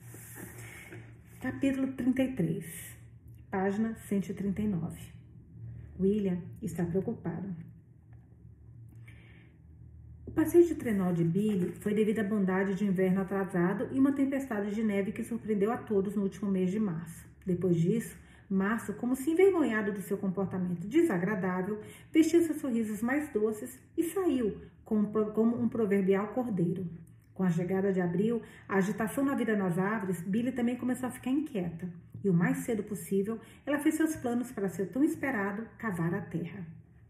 Capítulo trinta e três, página cento e trinta e nove. William está preocupado. O passeio de trenó de Billy foi devido à bondade de inverno atrasado e uma tempestade de neve que surpreendeu a todos no último mês de março. Depois disso, Março, como se envergonhado do seu comportamento desagradável, vestiu seus sorrisos mais doces e saiu como um proverbial cordeiro. Com a chegada de abril, a agitação na vida nas árvores, Billy também começou a ficar inquieta. E o mais cedo possível, ela fez seus planos para seu tão esperado cavar a terra.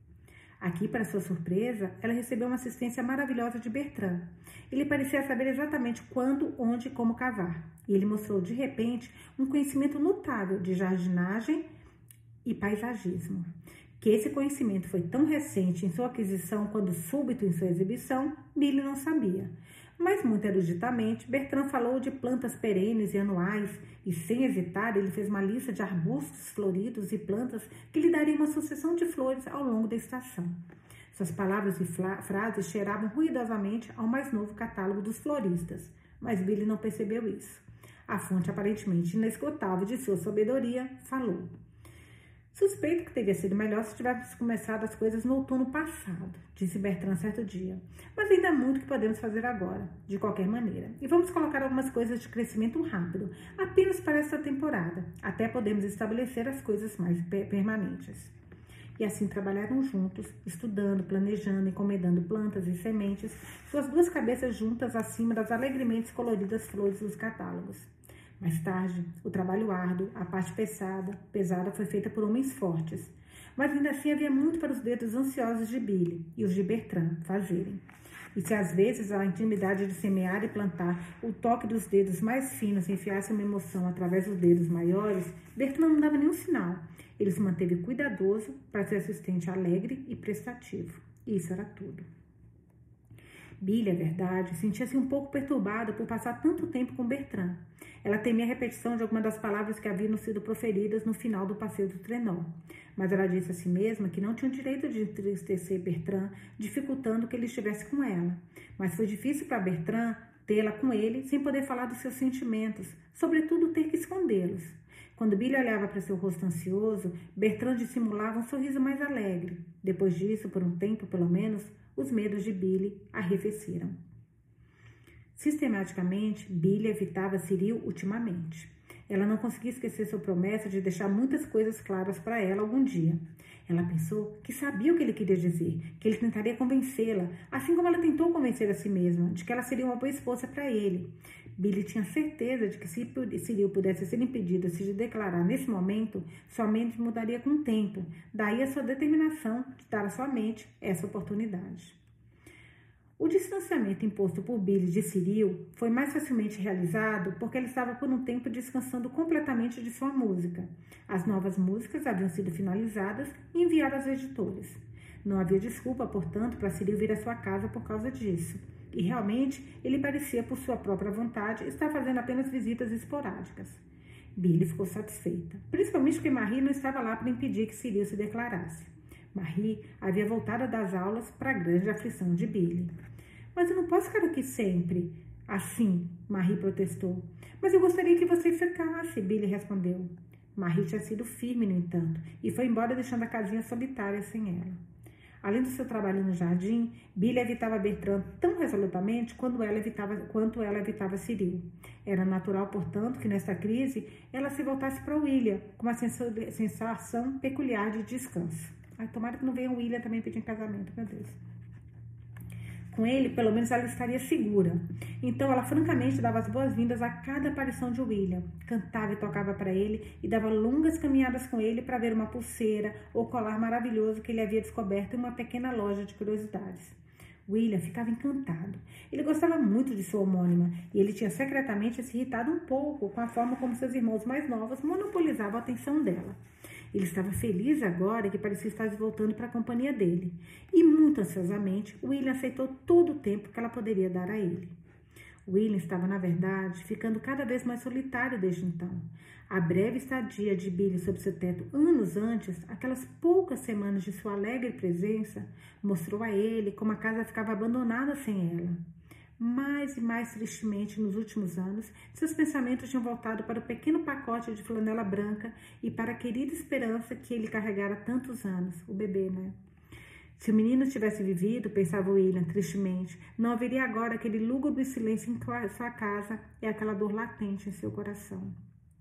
Aqui, para sua surpresa, ela recebeu uma assistência maravilhosa de Bertrand. Ele parecia saber exatamente quando, onde e como cavar. E ele mostrou, de repente, um conhecimento notável de jardinagem e paisagismo. Que esse conhecimento foi tão recente em sua aquisição quanto súbito em sua exibição, Billy não sabia. Mas, muito eruditamente, Bertrand falou de plantas perenes e anuais, e sem hesitar, ele fez uma lista de arbustos floridos e plantas que lhe dariam uma sucessão de flores ao longo da estação. Suas palavras e frases cheiravam ruidosamente ao mais novo catálogo dos floristas, mas Billy não percebeu isso. A fonte aparentemente inesgotável de sua sabedoria falou. Suspeito que teria sido melhor se tivéssemos começado as coisas no outono passado, disse Bertrand certo dia. Mas ainda há muito que podemos fazer agora, de qualquer maneira. E vamos colocar algumas coisas de crescimento rápido, apenas para esta temporada. Até podemos estabelecer as coisas mais permanentes. E assim trabalharam juntos, estudando, planejando, encomendando plantas e sementes, suas duas cabeças juntas acima das alegremente coloridas flores dos catálogos. Mais tarde, o trabalho árduo, a parte pesada, pesada foi feita por homens fortes. Mas ainda assim havia muito para os dedos ansiosos de Billy e os de Bertrand fazerem. E se às vezes a intimidade de semear e plantar, o toque dos dedos mais finos enfiasse uma emoção através dos dedos maiores, Bertrand não dava nenhum sinal. Ele se manteve cuidadoso para ser assistente alegre e prestativo. E isso era tudo. Billy, é verdade, sentia-se um pouco perturbada por passar tanto tempo com Bertrand. Ela temia a repetição de alguma das palavras que haviam sido proferidas no final do passeio do trenó. Mas ela disse a si mesma que não tinha o direito de entristecer Bertrand, dificultando que ele estivesse com ela. Mas foi difícil para Bertrand tê-la com ele sem poder falar dos seus sentimentos, sobretudo ter que escondê-los. Quando Billy olhava para seu rosto ansioso, Bertrand dissimulava um sorriso mais alegre. Depois disso, por um tempo pelo menos, os medos de Billy arrefeceram. Sistematicamente, Billy evitava Cyril ultimamente. Ela não conseguia esquecer sua promessa de deixar muitas coisas claras para ela algum dia. Ela pensou que sabia o que ele queria dizer, que ele tentaria convencê-la, assim como ela tentou convencer a si mesma de que ela seria uma boa esposa para ele. Billy tinha certeza de que se Cyril pudesse ser impedido de se declarar nesse momento, sua mente mudaria com o tempo. Daí a sua determinação de dar à sua mente essa oportunidade. O distanciamento imposto por Billy de Cyril foi mais facilmente realizado porque ele estava por um tempo descansando completamente de sua música. As novas músicas haviam sido finalizadas e enviadas aos editores. Não havia desculpa, portanto, para Cyril vir à sua casa por causa disso. E realmente, ele parecia, por sua própria vontade, estar fazendo apenas visitas esporádicas. Billy ficou satisfeita, principalmente porque Marie não estava lá para impedir que Cyril se declarasse. Marie havia voltado das aulas para a grande aflição de Billy. Mas eu não posso ficar aqui sempre. Assim, Marie protestou. Mas eu gostaria que você ficasse, Billy respondeu. Marie tinha sido firme, no entanto, e foi embora deixando a casinha solitária sem ela. Além do seu trabalho no jardim, Billy evitava Bertrand tão resolutamente quanto ela evitava, quanto ela evitava Cyril. Era natural, portanto, que nesta crise ela se voltasse para William, com uma sensação peculiar de descanso. Ai, tomara que não venha o William também pedir em casamento, meu Deus. Com ele, pelo menos ela estaria segura. Então, ela francamente dava as boas-vindas a cada aparição de William. Cantava e tocava para ele e dava longas caminhadas com ele para ver uma pulseira ou colar maravilhoso que ele havia descoberto em uma pequena loja de curiosidades. William ficava encantado. Ele gostava muito de sua homônima e ele tinha secretamente se irritado um pouco com a forma como seus irmãos mais novos monopolizavam a atenção dela. Ele estava feliz agora que parecia estar voltando para a companhia dele. E, muito ansiosamente, William aceitou todo o tempo que ela poderia dar a ele. William estava, na verdade, ficando cada vez mais solitário desde então. A breve estadia de Billy sob seu teto anos antes, aquelas poucas semanas de sua alegre presença, mostrou a ele como a casa ficava abandonada sem ela. Mais e mais tristemente, nos últimos anos, seus pensamentos tinham voltado para o pequeno pacote de flanela branca e para a querida esperança que ele carregara há tantos anos, o bebê, né? Se o menino tivesse vivido, pensava William tristemente, não haveria agora aquele lúgubre silêncio em sua casa e aquela dor latente em seu coração.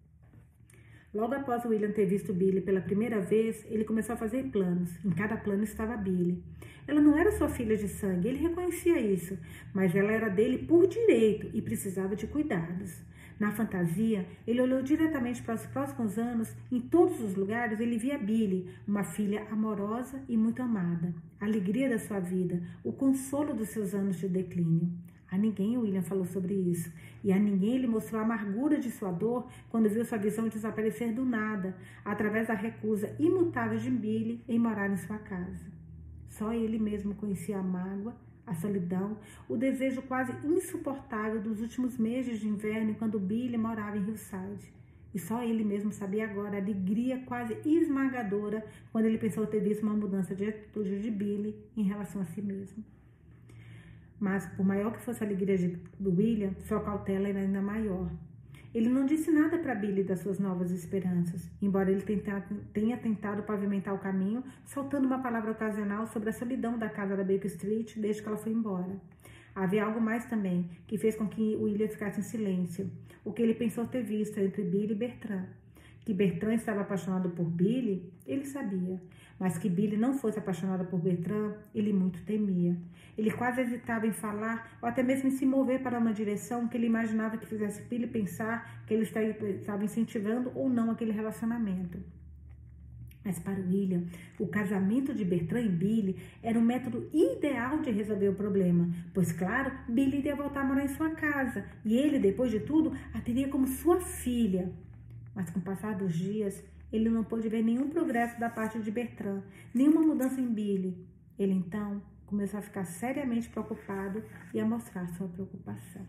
Logo após William ter visto Billy pela primeira vez, ele começou a fazer planos. Em cada plano estava Billy. Ela não era sua filha de sangue, ele reconhecia isso, mas ela era dele por direito e precisava de cuidados. Na fantasia, ele olhou diretamente para os próximos anos. Em todos os lugares, ele via Billy, uma filha amorosa e muito amada, a alegria da sua vida, o consolo dos seus anos de declínio. A ninguém William falou sobre isso, e a ninguém ele mostrou a amargura de sua dor quando viu sua visão desaparecer do nada, através da recusa imutável de Billy em morar em sua casa. Só ele mesmo conhecia a mágoa, a solidão, o desejo quase insuportável dos últimos meses de inverno quando Billy morava em Hillside. E só ele mesmo sabia agora a alegria quase esmagadora quando ele pensou ter visto uma mudança de atitude de Billy em relação a si mesmo. Mas, por maior que fosse a alegria de William, sua cautela era ainda maior. Ele não disse nada para Billy das suas novas esperanças, embora ele tenha tentado pavimentar o caminho, soltando uma palavra ocasional sobre a solidão da casa da Baker Street desde que ela foi embora. Havia algo mais também, que fez com que William ficasse em silêncio, o que ele pensou ter visto entre Billy e Bertrand. Que Bertrand estava apaixonado por Billy, ele sabia, mas que Billy não fosse apaixonada por Bertrand, ele muito temia. Ele quase hesitava em falar ou até mesmo em se mover para uma direção que ele imaginava que fizesse Billy pensar que ele estava incentivando ou não aquele relacionamento. Mas para William, o casamento de Bertrand e Billy era o método ideal de resolver o problema, pois, claro, Billy iria voltar a morar em sua casa e ele, depois de tudo, a teria como sua filha. Mas com o passar dos dias, ele não pôde ver nenhum progresso da parte de Bertrand, nenhuma mudança em Billy. Ele, então, começou a ficar seriamente preocupado e a mostrar sua preocupação.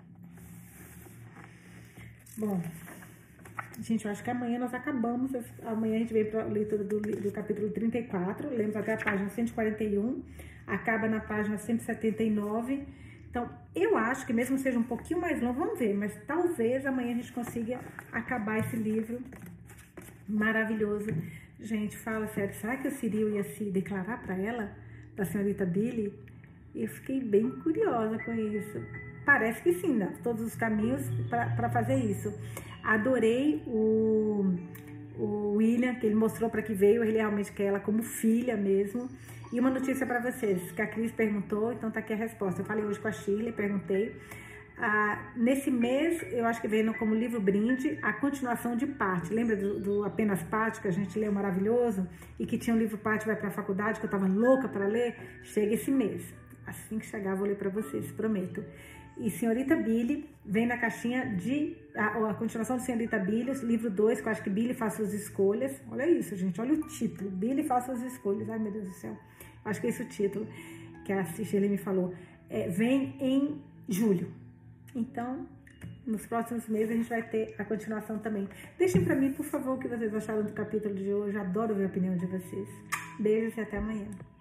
Bom, gente, eu acho que amanhã nós acabamos. Amanhã a gente vem para a leitura do, do capítulo trinta e quatro, lemos até a página cento e quarenta e um, acaba na página cento e setenta e nove. Então, eu acho que mesmo seja um pouquinho mais longo, vamos ver, mas talvez amanhã a gente consiga acabar esse livro maravilhoso. Gente, fala sério, será que o Cyril ia se declarar para ela, da senhorita Billy? Eu fiquei bem curiosa com isso. Parece que sim, né? Todos os caminhos para fazer isso. Adorei o, o William, que ele mostrou para que veio, ele realmente quer ela como filha mesmo. E uma notícia para vocês, que a Cris perguntou, então tá aqui a resposta. Eu falei hoje com a Shirley, perguntei. Ah, nesse mês, eu acho que veio como livro brinde a continuação de Parte. Lembra do, do Apenas Parte, que a gente leu maravilhoso? E que tinha um livro Parte vai para a faculdade, que eu estava louca para ler? Chega esse mês. Assim que chegar, vou ler para vocês, prometo. E Senhorita Billy vem na caixinha de... A, a continuação de Senhorita Billy, livro dois, que eu acho que Billy faz suas escolhas. Olha isso, gente, olha o título. Billy faz suas escolhas. Ai, meu Deus do céu. Acho que é esse o título que a Cichele me falou. É, vem em julho. Então, nos próximos meses a gente vai ter a continuação também. Deixem pra mim, por favor, o que vocês acharam do capítulo de hoje. Adoro ver a opinião de vocês. Beijos e até amanhã.